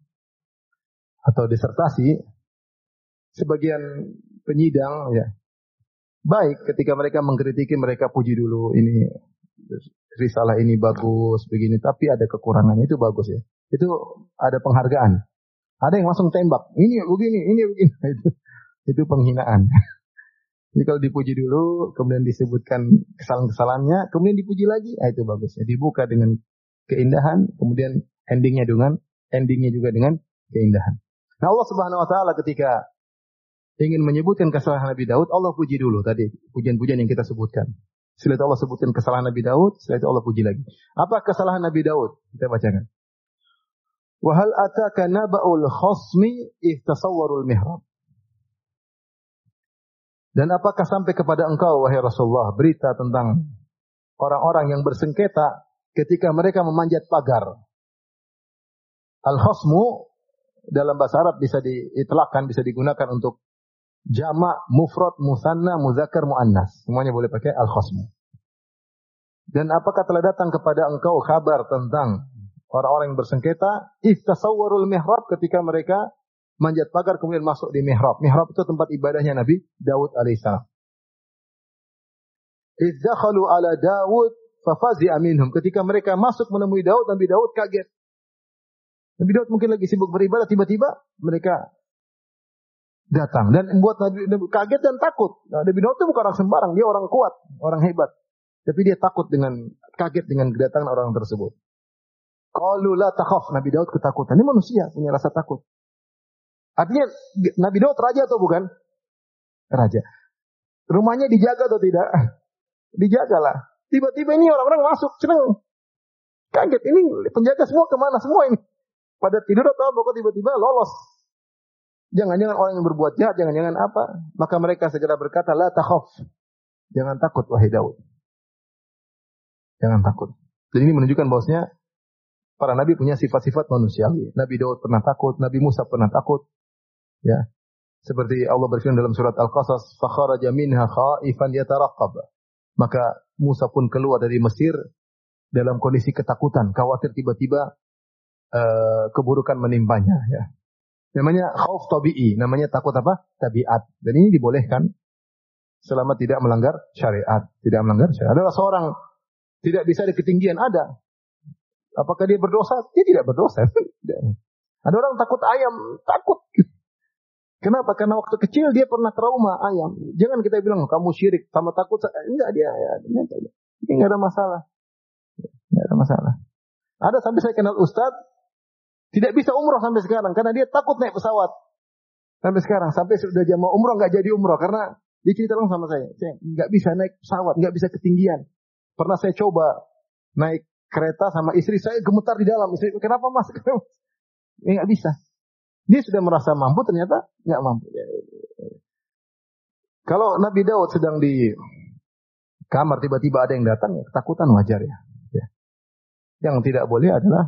disertasi, sebagian penyidang ya baik ketika mereka mengkritiki, mereka puji dulu, ini risalah ini bagus begini, tapi ada kekurangannya, itu bagus ya. Itu ada penghargaan. Ada yang langsung tembak, ini begini. Itu penghinaan. Jadi kalau dipuji dulu, kemudian disebutkan kesalahan-kesalahannya, kemudian dipuji lagi, itu bagus ya. Dibuka dengan keindahan, kemudian endingnya juga dengan keindahan. Nah, Allah Subhanahu wa taala ketika ingin menyebutkan kesalahan Nabi Daud, Allah puji dulu tadi, pujian-pujian yang kita sebutkan. Setelah itu Allah sebutkan kesalahan Nabi Daud, setelah itu Allah puji lagi. Apa kesalahan Nabi Daud? Kita bacakan. Wa hal ataka naba'ul khasmi ihtasawwarul mihrab. Dan apakah sampai kepada engkau, wahai Rasulullah, berita tentang orang-orang yang bersengketa ketika mereka memanjat pagar. Al-khasmu dalam bahasa Arab bisa diitlaqkan, bisa digunakan untuk jamak, mufrad, musanna, muzakkar, muannas. Semuanya boleh pakai al-khasmu. Dan apakah telah datang kepada engkau kabar tentang orang-orang yang bersengketa, ihtasawwarul mihrab, ketika mereka manjat pagar kemudian masuk di mihrab. Mihrab itu tempat ibadahnya Nabi Daud alaihissalam. Izdakhalu ala Daud fafazi'a minhum. Ketika mereka masuk menemui Daud, Nabi Daud kaget. Nabi Daud mungkin lagi sibuk beribadah, tiba-tiba mereka datang dan membuat Nabi kaget dan takut. Nah, Nabi Daud itu bukan orang sembarang, dia orang kuat, orang hebat. Tapi dia kaget dengan kedatangan orang tersebut. Qalu la takhaf, Nabi Daud ketakutan. Ini manusia punya rasa takut. Artinya Nabi Daud raja atau bukan? Raja. Rumahnya dijaga atau tidak? Dijagalah. Tiba-tiba ini orang-orang masuk, senang. Kaget, ini penjaga semua kemana semua ini? Pada tidur atau apa, tiba-tiba lolos. Jangan-jangan orang yang berbuat jahat, jangan-jangan apa. Maka mereka segera berkata, la takhaf. Jangan takut, wahai Daud. Jangan takut. Dan ini menunjukkan bahwasanya para nabi punya sifat-sifat manusiawi. Nabi Daud pernah takut, Nabi Musa pernah takut. Ya. Seperti Allah berfirman dalam surat Al-Qasas, fa kharaja minha khaifan yataraqab. Maka Musa pun keluar dari Mesir dalam kondisi ketakutan, khawatir tiba-tiba keburukan menimpanya, ya. Namanya khauf tabi'i, namanya takut apa? Tabiat. Dan ini dibolehkan selama tidak melanggar syariat, tidak melanggar syariat. Ada seorang tidak bisa di ketinggian, ada. Apakah dia berdosa? Dia tidak berdosa. Ada orang takut ayam, takut. Kenapa? Karena waktu kecil dia pernah trauma ayam. Jangan kita bilang kamu syirik, sama takut. Enggak, dia ini enggak ada masalah. Enggak ada masalah. Ada sampai saya kenal ustaz tidak bisa umroh sampai sekarang karena dia takut naik pesawat. Sampai sekarang, sampai sudah jam mau umroh enggak jadi umroh karena dia cerita sama saya enggak bisa naik pesawat, enggak bisa ketinggian. Pernah saya coba naik kereta sama istri saya gemetar di dalam. Istri, kenapa mas? Enggak bisa. Dia sudah merasa mampu, ternyata nggak mampu. Kalau Nabi Daud sedang di kamar, tiba-tiba ada yang datang, ya, ketakutan wajar ya. Yang tidak boleh adalah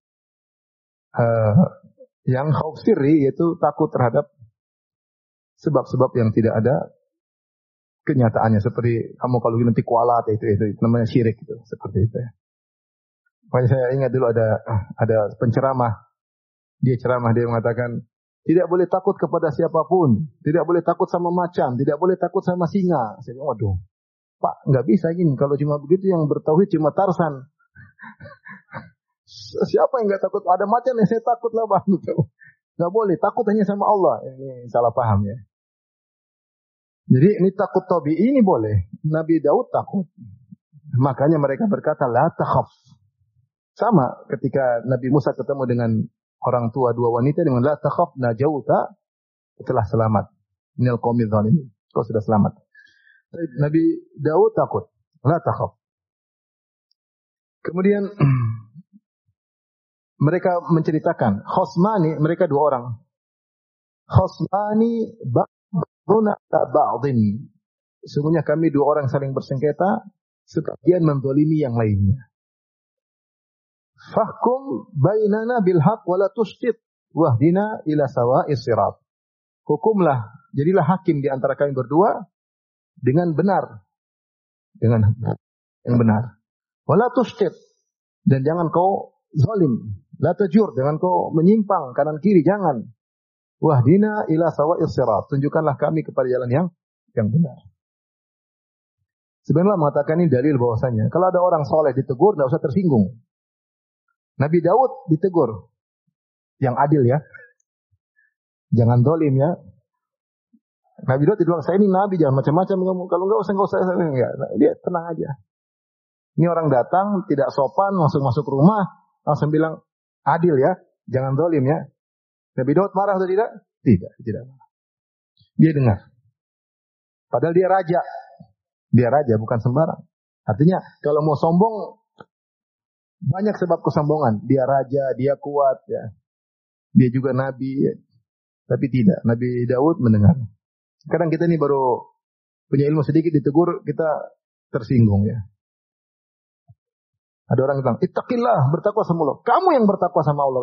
yang khauf sirri, yaitu takut terhadap sebab-sebab yang tidak ada kenyataannya. Seperti kamu kalau nanti kualat, itu namanya syirik, itu seperti itu. Ya. Makanya saya ingat dulu ada penceramah. Dia ceramah, dia mengatakan, tidak boleh takut kepada siapapun. Tidak boleh takut sama macan. Tidak boleh takut sama singa. Saya bilang, waduh, Pak, nggak bisa gini. Kalau cuma begitu yang bertauhid cuma Tarsan. Siapa yang nggak takut? Ada macan yang saya takut lah, Bang. Nggak boleh, takut hanya sama Allah. Ini salah paham ya. Jadi ini takut tabi'i ini boleh. Nabi Daud takut. Makanya mereka berkata, la takhaf. Sama ketika Nabi Musa ketemu dengan orang tua dua wanita dengan la takhaf najauta, telah selamat minal qaumidz zalimin, kau sudah selamat. Nabi Daud takut, la takhaf. Kemudian mereka menceritakan khosmani, mereka dua orang. Khosmani ba'duna ba'din. Sungguhnya kami dua orang saling bersengketa, sebagian menzalimi yang lainnya. Fahkum bainana bil haq wa la tushtit wahdina ila sawa'is sirat. Hukumlah, jadilah hakim di antara kami berdua dengan benar. Dengan yang benar. Wa la tushtit, dan jangan kau zalim. La tajur, jangan kau menyimpang kanan kiri, jangan. Wahdina ila sawa'is sirat. Tunjukkanlah kami kepada jalan yang benar. Sebenarnya mengatakan ini dalil bahwasanya kalau ada orang soleh ditegur, tidak usah tersinggung. Nabi Daud ditegur. Yang adil ya. Jangan dolim ya. Nabi Daud bilang, saya ini Nabi, jangan macam-macam kamu. Kalau enggak usah. Enggak. Dia tenang aja. Ini orang datang, tidak sopan, langsung masuk rumah. Langsung bilang, adil ya. Jangan dolim ya. Nabi Daud marah atau tidak? Tidak marah. Dia dengar. Padahal dia raja. Dia raja, bukan sembarang. Artinya, kalau mau sombong, banyak sebab kesombongan. Dia raja, dia kuat, ya. Dia juga nabi, ya. Tapi tidak. Nabi Daud mendengar. Kadang kita ini baru punya ilmu sedikit ditegur, kita tersinggung ya. Ada orang bilang, ittaqillah, bertakwa sama Allah. Kamu yang bertakwa sama Allah.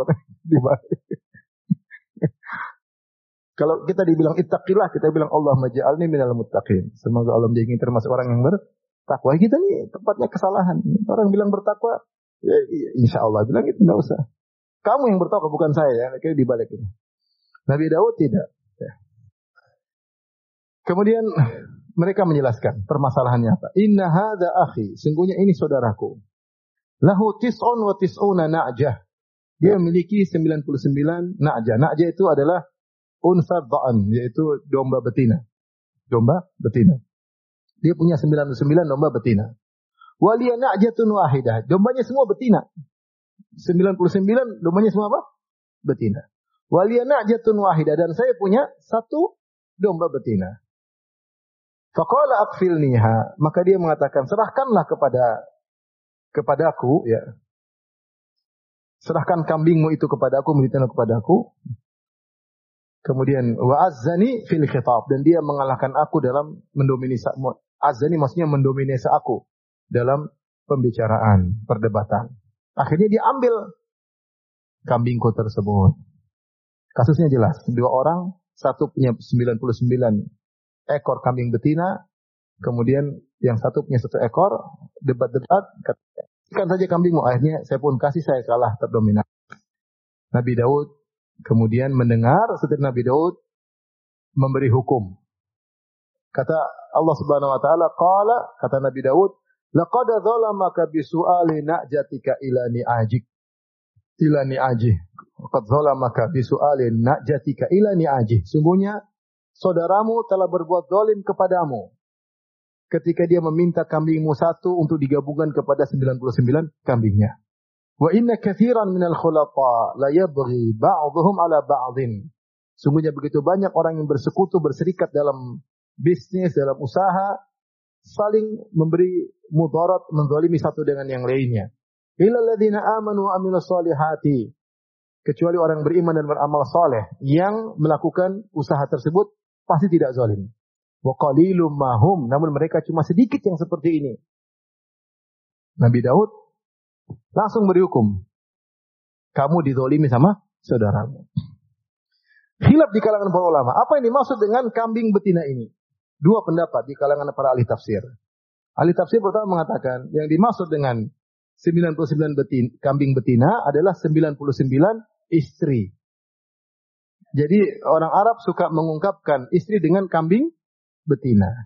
Kalau kita dibilang ittaqillah, kita bilang Allah maj'alni minal muttaqin. Semoga Allah menjadikan termasuk orang yang bertakwa. Kita ini tempatnya kesalahan. Orang bilang bertakwa, ya, insya Allah bilang itu tidak usah. Kamu yang bertakwa, bukan saya ya. Kira dibalik ini. Nabi Daud tidak. Ya. Kemudian mereka menjelaskan permasalahannya apa. Inna hadza akhi, sungguhnya ini saudaraku. Lahu tis'un wa tis'una na'jah. Dia memiliki 99 na'jah. Na'jah itu adalah unsa dha'an, yaitu domba betina. Domba betina. Dia punya 99 domba betina. Waliya na'jatun wahidah. Dombanya semua betina. 99 dombanya semua apa? Betina. Waliya na'jatun wahidah, dan saya punya satu domba betina. Faqala aqfilniha, maka dia mengatakan, serahkanlah kepadaku ya. Serahkan kambingmu itu kepadaku, betina kepadaku. Kemudian wa'azzani fil khitab, dan dia mengalahkan aku dalam mendominasi. Azzani maksudnya mendominasi aku dalam pembicaraan, perdebatan. Akhirnya dia ambil kambingku tersebut. Kasusnya jelas, dua orang, satu punya 99 ekor kambing betina, kemudian yang satu punya 1 ekor, debat-debat, katakan saja kambingmu, akhirnya saya pun kasih, saya kalah, terdominasi. Nabi Daud kemudian mendengar setelah Nabi Daud memberi hukum. Kata Allah Subhanahu wa taala, qala, kata Nabi Daud, laqad zalamaka bisu'ali na'jatika ila ni'ajik. Ila ni'ajih. Laqad zalamaka bisu'ali na'jatika ila ni'ajih. Sungguhnya saudaramu telah berbuat zalim kepadamu ketika dia meminta kambingmu satu untuk digabungkan kepada 99 kambingnya. Wa inna katsiran minal khulaqa la yabghi ba'dhum 'ala ba'dhin. Sungguhnya begitu banyak orang yang bersekutu, berserikat dalam bisnis, dalam usaha, saling memberi mudarat, menzalimi satu dengan yang lainnya. Illal ladzina amanu wa amilus solihati. Kecuali orang beriman dan beramal saleh yang melakukan usaha tersebut pasti tidak zalim. Wa qalilum mahum, namun mereka cuma sedikit yang seperti ini. Nabi Daud langsung beri hukum. Kamu dizalimi sama saudaramu. Khilaf di kalangan para ulama. Apa yang dimaksud dengan kambing betina ini? Dua pendapat di kalangan para ahli tafsir. Ahli tafsir pertama mengatakan yang dimaksud dengan 99 kambing betina adalah 99 istri. Jadi orang Arab suka mengungkapkan istri dengan kambing betina.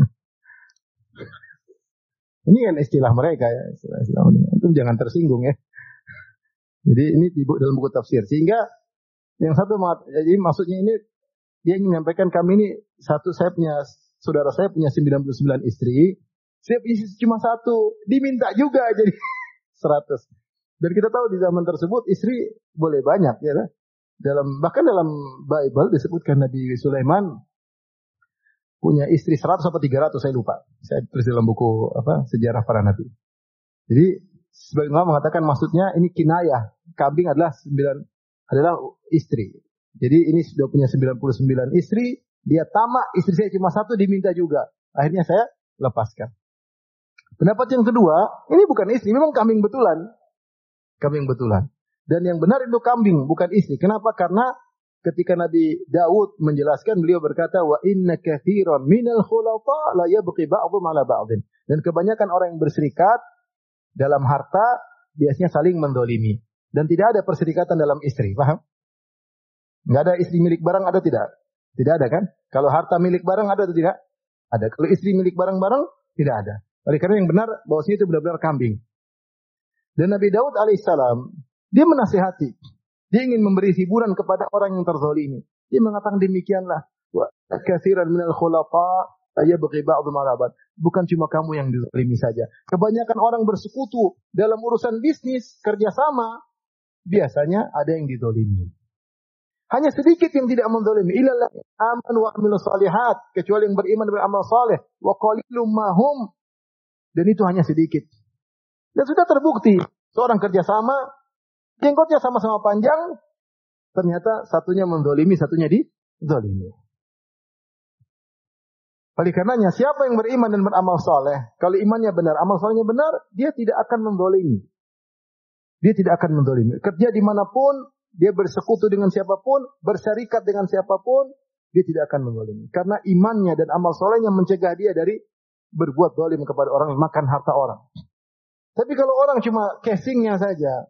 Ini kan istilah mereka ya, istilah itu jangan tersinggung ya. Jadi ini dalam buku tafsir. Sehingga yang satu jadi maksudnya ini dia ingin menyampaikan kami ini saudara saya punya 99 istri, saya istri cuma satu, diminta juga jadi 100. Dan kita tahu di zaman tersebut istri boleh banyak ya. Bahkan dalam Bible disebutkan Nabi Sulaiman punya istri 100 atau 300 saya lupa. Saya tulis dalam buku sejarah para nabi. Jadi sebagian ulama mengatakan maksudnya ini kinayah. Kambing adalah istri. Jadi ini sudah punya 99 istri, dia tamak, istri saya cuma satu diminta juga. Akhirnya saya lepaskan. Pendapat yang kedua, ini bukan istri, memang kambing betulan. Kambing betulan. Dan yang benar itu kambing, bukan istri. Kenapa? Karena ketika Nabi Daud menjelaskan, beliau berkata, wa inna katsiran minal khulafa la yabqi ba'dhum 'ala ba'dhin. Dan kebanyakan orang yang berserikat dalam harta biasanya saling mendolimi. Dan tidak ada perserikatan dalam istri, paham? Enggak ada istri milik barang, ada tidak? Tidak ada kan? Kalau harta milik barang ada atau tidak? Ada. Kalau istri milik barang-barang, tidak ada. Oleh karena yang benar, bahwasanya itu benar-benar kambing. Dan Nabi Daud alaihissalam, dia menasihati. Dia ingin memberi hiburan kepada orang yang terzalimi. Dia mengatakan demikianlah. Wa katsiran minal khulafa ayabghi ba'dhum 'ala ba'd. Bukan cuma kamu yang dizalimi saja. Kebanyakan orang bersekutu dalam urusan bisnis, kerjasama, biasanya ada yang dizalimi. Hanya sedikit yang tidak menzalimi. Illal aman wa amilus solihat, kecuali yang beriman dan beramal saleh. Wa qalilum mahum. Dan itu hanya sedikit. Dan sudah terbukti seorang kerjasama, jenggotnya sama-sama panjang, ternyata satunya menzalimi, satunya dizalimi. Oleh karenanya, siapa yang beriman dan beramal saleh, kalau imannya benar, amal salehnya benar, dia tidak akan menzalimi. Dia tidak akan menzalimi. Kerja dimanapun, dia bersekutu dengan siapapun, berserikat dengan siapapun, dia tidak akan menzalimi. Karena imannya dan amal salehnya mencegah dia dari berbuat zalim kepada orang, makan harta orang. Tapi kalau orang cuma casingnya saja,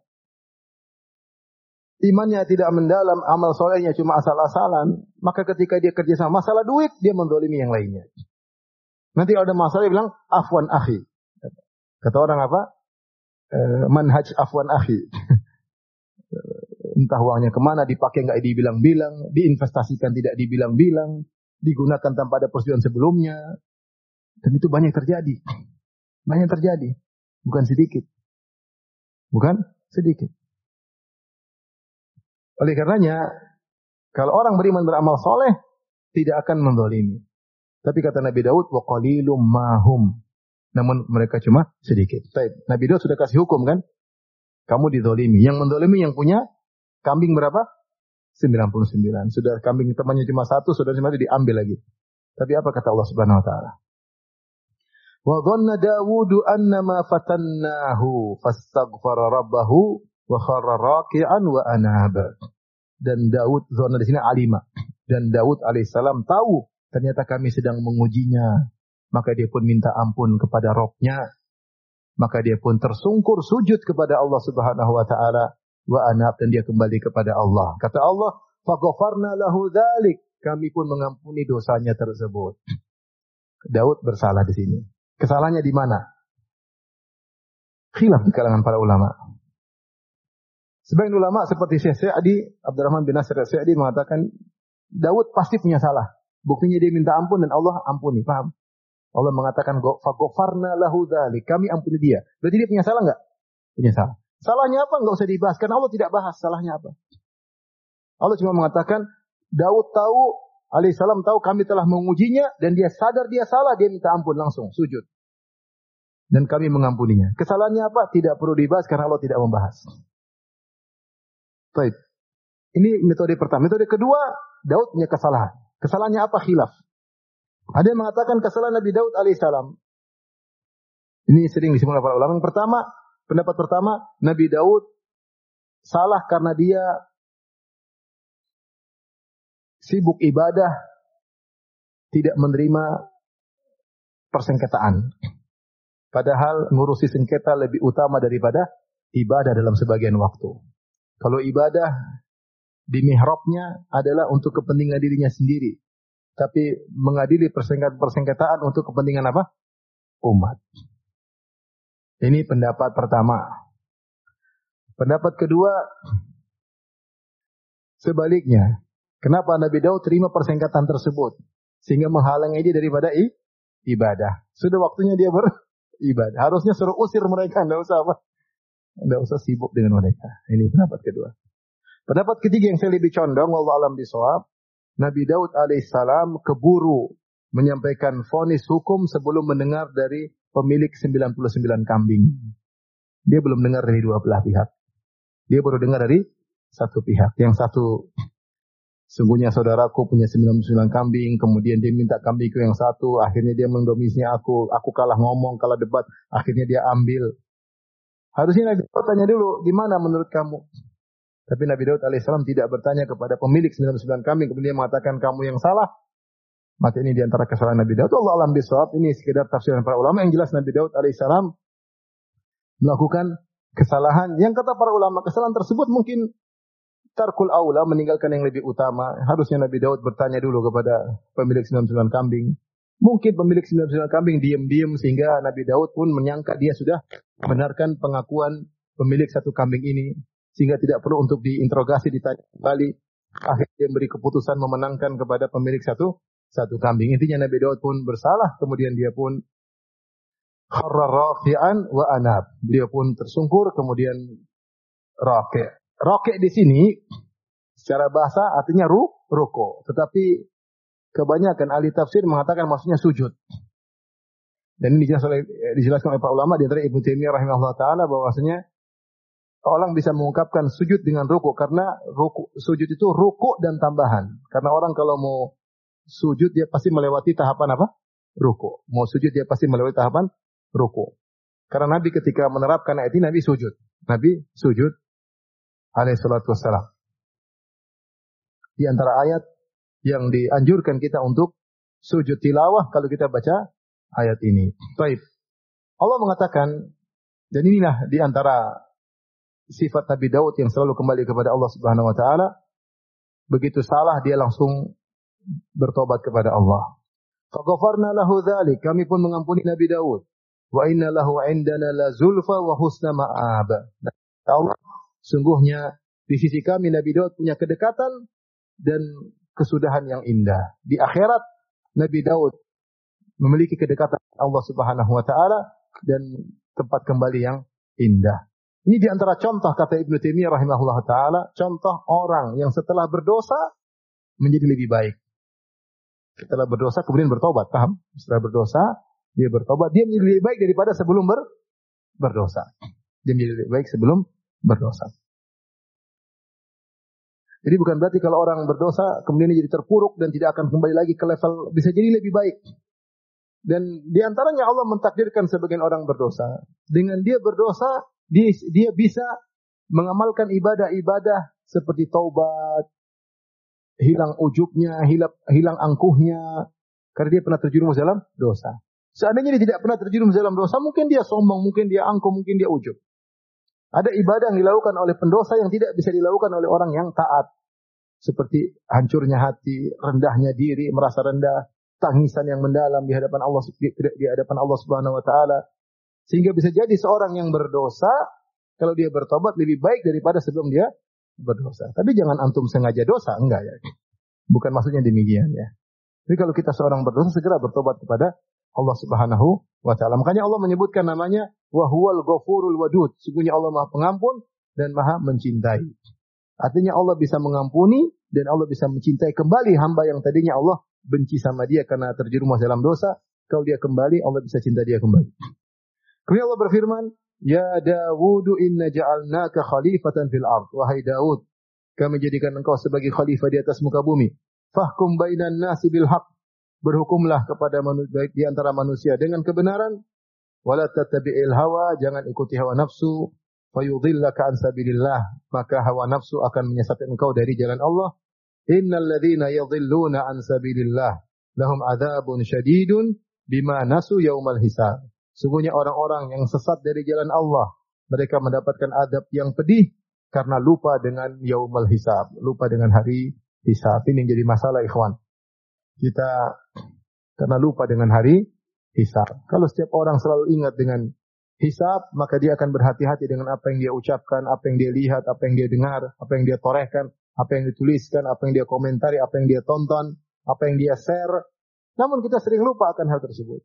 imannya tidak mendalam, amal solehnya cuma asal-asalan, maka ketika dia kerja sama masalah duit, dia menzalimi yang lainnya. Nanti kalau ada masalah, dia bilang, afwan akhi. Kata orang apa? Manhaj afwan akhi. Entah uangnya kemana, dipakai nggak dibilang-bilang, diinvestasikan tidak dibilang-bilang, digunakan tanpa ada persetujuan sebelumnya. Dan itu banyak terjadi. Banyak terjadi. Bukan sedikit. Bukan sedikit. Oleh karenanya, kalau orang beriman beramal soleh, tidak akan menzalimi. Tapi kata Nabi Daud, wa qalilum mahum. Namun mereka cuma sedikit. Nabi Daud sudah kasih hukum kan? Kamu dizalimi. Yang menzalimi yang punya kambing berapa? 99. Sudah kambing temannya cuma satu, sudah cuma diambil lagi. Tapi apa kata Allah Subhanahu wa taala? Wa dhanna Dawudu annama fatannahu fastaghfara rabbahu wa kharra raki'an wa anaba. Dan Daud, zona di sini alima. Dan Daud alaihissalam tahu ternyata kami sedang mengujinya. Maka dia pun minta ampun kepada Rabb-nya. Maka dia pun tersungkur sujud kepada Allah Subhanahu wa taala wa anab, dan dia kembali kepada Allah. Kata Allah, faghfarna lahu dzalik, kami pun mengampuni dosanya tersebut. Daud bersalah di sini. Kesalahannya di mana? Khilaf di kalangan para ulama. Sebagian ulama seperti Syekh Sa'di, Abdurrahman bin Nasir Sa'di mengatakan Daud pasti punya salah. Buktinya dia minta ampun dan Allah ampuni. Paham? Allah mengatakan faghfarna lahu dzalik, kami ampuni dia. Berarti dia punya salah enggak? Punya salah. Salahnya apa? Enggak usah dibahas karena Allah tidak bahas salahnya apa. Allah cuma mengatakan Daud tahu, alaihissalam tahu kami telah mengujinya dan dia sadar dia salah, dia minta ampun langsung sujud. Dan kami mengampuninya. Kesalahannya apa? Tidak perlu dibahas karena Allah tidak membahas. Baik. Ini metode pertama. Metode kedua, Daud punya kesalahan. Kesalahannya apa? Khilaf. Ada yang mengatakan kesalahan Nabi Daud alaihissalam. Ini sering disebut oleh para ulama. Yang pertama, pendapat pertama, Nabi Daud salah karena dia sibuk ibadah, tidak menerima persengketaan. Padahal ngurusi sengketa lebih utama daripada ibadah dalam sebagian waktu. Kalau ibadah di mihrabnya adalah untuk kepentingan dirinya sendiri. Tapi mengadili persengketaan untuk kepentingan apa? Umat. Ini pendapat pertama. Pendapat kedua, sebaliknya. Kenapa Nabi Daud terima persengketaan tersebut? Sehingga menghalangi dia daripada ibadah. Sudah waktunya dia beribadah. Harusnya suruh usir mereka. Tidak usah sibuk dengan mereka. Ini pendapat kedua. Pendapat ketiga yang saya lebih condong, wallahu a'lam bishawab, Nabi Daud alaihissalam keburu menyampaikan vonis hukum sebelum mendengar dari pemilik 99 kambing. Dia belum dengar dari dua belah pihak. Dia baru dengar dari satu pihak. Yang satu, sungguhnya saudaraku punya 99 kambing, kemudian dia minta kambingku yang satu, akhirnya dia mendomisi aku kalah ngomong, kalah debat, akhirnya dia ambil. Harusnya Nabi Daud tanya dulu, gimana menurut kamu? Tapi Nabi Daud alaihissalam tidak bertanya kepada pemilik 99 kambing, kemudian mengatakan kamu yang salah. Maka ini diantara kesalahan Nabi Daud. Allah alam bisawab, ini sekedar tafsiran para ulama. Yang jelas Nabi Daud alaihissalam melakukan kesalahan. Yang kata para ulama, kesalahan tersebut mungkin tarkul aula, meninggalkan yang lebih utama. Harusnya Nabi Daud bertanya dulu kepada pemilik 99 kambing. Mungkin pemilik 99 kambing diam-diam sehingga Nabi Daud pun menyangka dia sudah benarkan pengakuan pemilik satu kambing ini. Sehingga tidak perlu untuk diinterogasi, ditanya kembali. Akhirnya dia memberi keputusan memenangkan kepada pemilik satu kambing. Intinya Nabi Daud pun bersalah. Kemudian dia pun kharra rafi'an wa anab. Dia pun tersungkur kemudian raki'. Raki' di sini secara bahasa artinya ruko. Tetapi kebanyakan ahli tafsir mengatakan maksudnya sujud. Dan ini dijelaskan oleh para ulama, di antara Ibnu Taimiyah rahimahullah taala bahwasanya orang bisa mengungkapkan sujud dengan ruku karena sujud itu ruku dan tambahan. Karena orang kalau mau sujud dia pasti melewati tahapan apa? Ruku. Mau sujud dia pasti melewati tahapan ruku. Karena Nabi ketika menerapkan ayat ini Nabi sujud. Nabi sujud alaihi salatu wassalam. Di antara ayat yang dianjurkan kita untuk sujud tilawah kalau kita baca ayat ini. Baik. Allah mengatakan, dan inilah di antara sifat Nabi Daud yang selalu kembali kepada Allah Subhanahu wa taala. Begitu salah dia langsung bertobat kepada Allah. Faghfarna lahu dzalik, kami pun mengampuni Nabi Daud. Wa inna lahu indana la zulfa wa husna ma'ab. Allah, sungguhnya di sisi kami Nabi Daud punya kedekatan dan kesudahan yang indah. Di akhirat Nabi Daud memiliki kedekatan Allah Subhanahu wa taala dan tempat kembali yang indah. Ini di antara contoh kata Ibnu Taimiyah rahimahullah taala, contoh orang yang setelah berdosa menjadi lebih baik. Setelah berdosa kemudian bertobat, paham? Setelah berdosa dia bertobat, dia menjadi lebih baik daripada sebelum berdosa. Dia menjadi lebih baik sebelum berdosa. Jadi bukan berarti kalau orang berdosa kemudian dia jadi terpuruk dan tidak akan kembali lagi ke level, bisa jadi lebih baik. Dan di antaranya Allah mentakdirkan sebagian orang berdosa. Dengan dia berdosa, dia bisa mengamalkan ibadah-ibadah seperti taubat, hilang ujubnya, hilang angkuhnya, karena dia pernah terjerumus dalam dosa. Seandainya dia tidak pernah terjerumus dalam dosa, mungkin dia sombong, mungkin dia angkuh, mungkin dia ujub. Ada ibadah yang dilakukan oleh pendosa yang tidak bisa dilakukan oleh orang yang taat. Seperti hancurnya hati, rendahnya diri, merasa rendah, tangisan yang mendalam di hadapan Allah Subhanahu wa taala. Sehingga bisa jadi seorang yang berdosa kalau dia bertobat lebih baik daripada sebelum dia berdosa. Tapi jangan antum sengaja dosa, enggak ya. Bukan maksudnya demikian ya. Jadi kalau kita seorang berdosa segera bertobat kepada Allah Subhanahu wa taala. Makanya Allah menyebutkan namanya wa huwal ghafurul wadud. Sungguhnya Allah Maha Pengampun dan Maha Mencintai. Artinya Allah bisa mengampuni dan Allah bisa mencintai kembali hamba yang tadinya Allah benci sama dia karena terjerumus dalam dosa. Kalau dia kembali, Allah bisa cinta dia kembali. Kemudian Allah berfirman, Ya Dawudu inna ja'alnaka khalifatan fil ard. Wahai Daud, kami jadikan engkau sebagai khalifah di atas muka bumi. Fahkum bainan nasi bil haq. Berhukumlah kepada di antara manusia dengan kebenaran. Wala tattabi'il hawa, jangan ikuti hawa nafsu. Fayudhillaka an sabilillah, maka hawa nafsu akan menyesatkan engkau dari jalan Allah. Innal ladzina yadhilluna an sabilillah lahum adzabun syadidun bima nasu yaumal hisab. Sungguhnya orang-orang yang sesat dari jalan Allah, mereka mendapatkan adab yang pedih karena lupa dengan yaumal hisab, lupa dengan hari hisab. Ini yang jadi masalah ikhwan. Kita karena lupa dengan hari hisab. Kalau setiap orang selalu ingat dengan hisab, maka dia akan berhati-hati dengan apa yang dia ucapkan, apa yang dia lihat, apa yang dia dengar, apa yang dia torehkan, apa yang dituliskan, apa yang dia komentari, apa yang dia tonton, apa yang dia share. Namun kita sering lupa akan hal tersebut.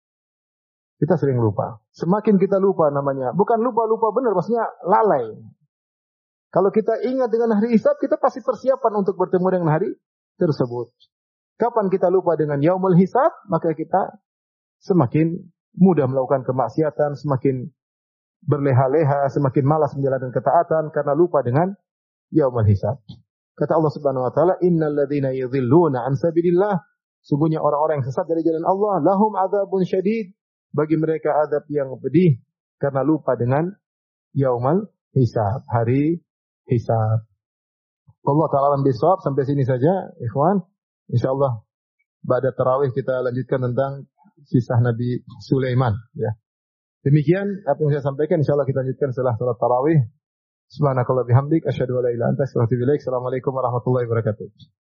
Kita sering lupa. Semakin kita lupa namanya, bukan lupa-lupa benar, maksudnya lalai. Kalau kita ingat dengan hari hisab, kita pasti persiapan untuk bertemu dengan hari tersebut. Kapan kita lupa dengan yaumul hisab, maka kita semakin mudah melakukan kemaksiatan, semakin berleha-leha, semakin malas menjalankan ketaatan karena lupa dengan yaumul hisab. Kata Allah Subhanahu wa taala, "Innal ladzina yadhilluna an sabilillah", sungguhnya orang-orang yang sesat dari jalan Allah, lahum adzabun syadid, bagi mereka azab yang pedih karena lupa dengan yaumul hisab, hari hisab. Allah taala alam bisawab. Sampai sini saja, ikhwan. Insyaallah ba'da tarawih kita lanjutkan tentang kisah Nabi Sulaiman ya. Demikian apa yang saya sampaikan, insyaallah kita lanjutkan setelah salat tarawih. Subhanakallah bihamdik asyhadu an la ilaha illa anta astaghfiruka wa atubu ilaik. Assalamualaikum warahmatullahi wabarakatuh.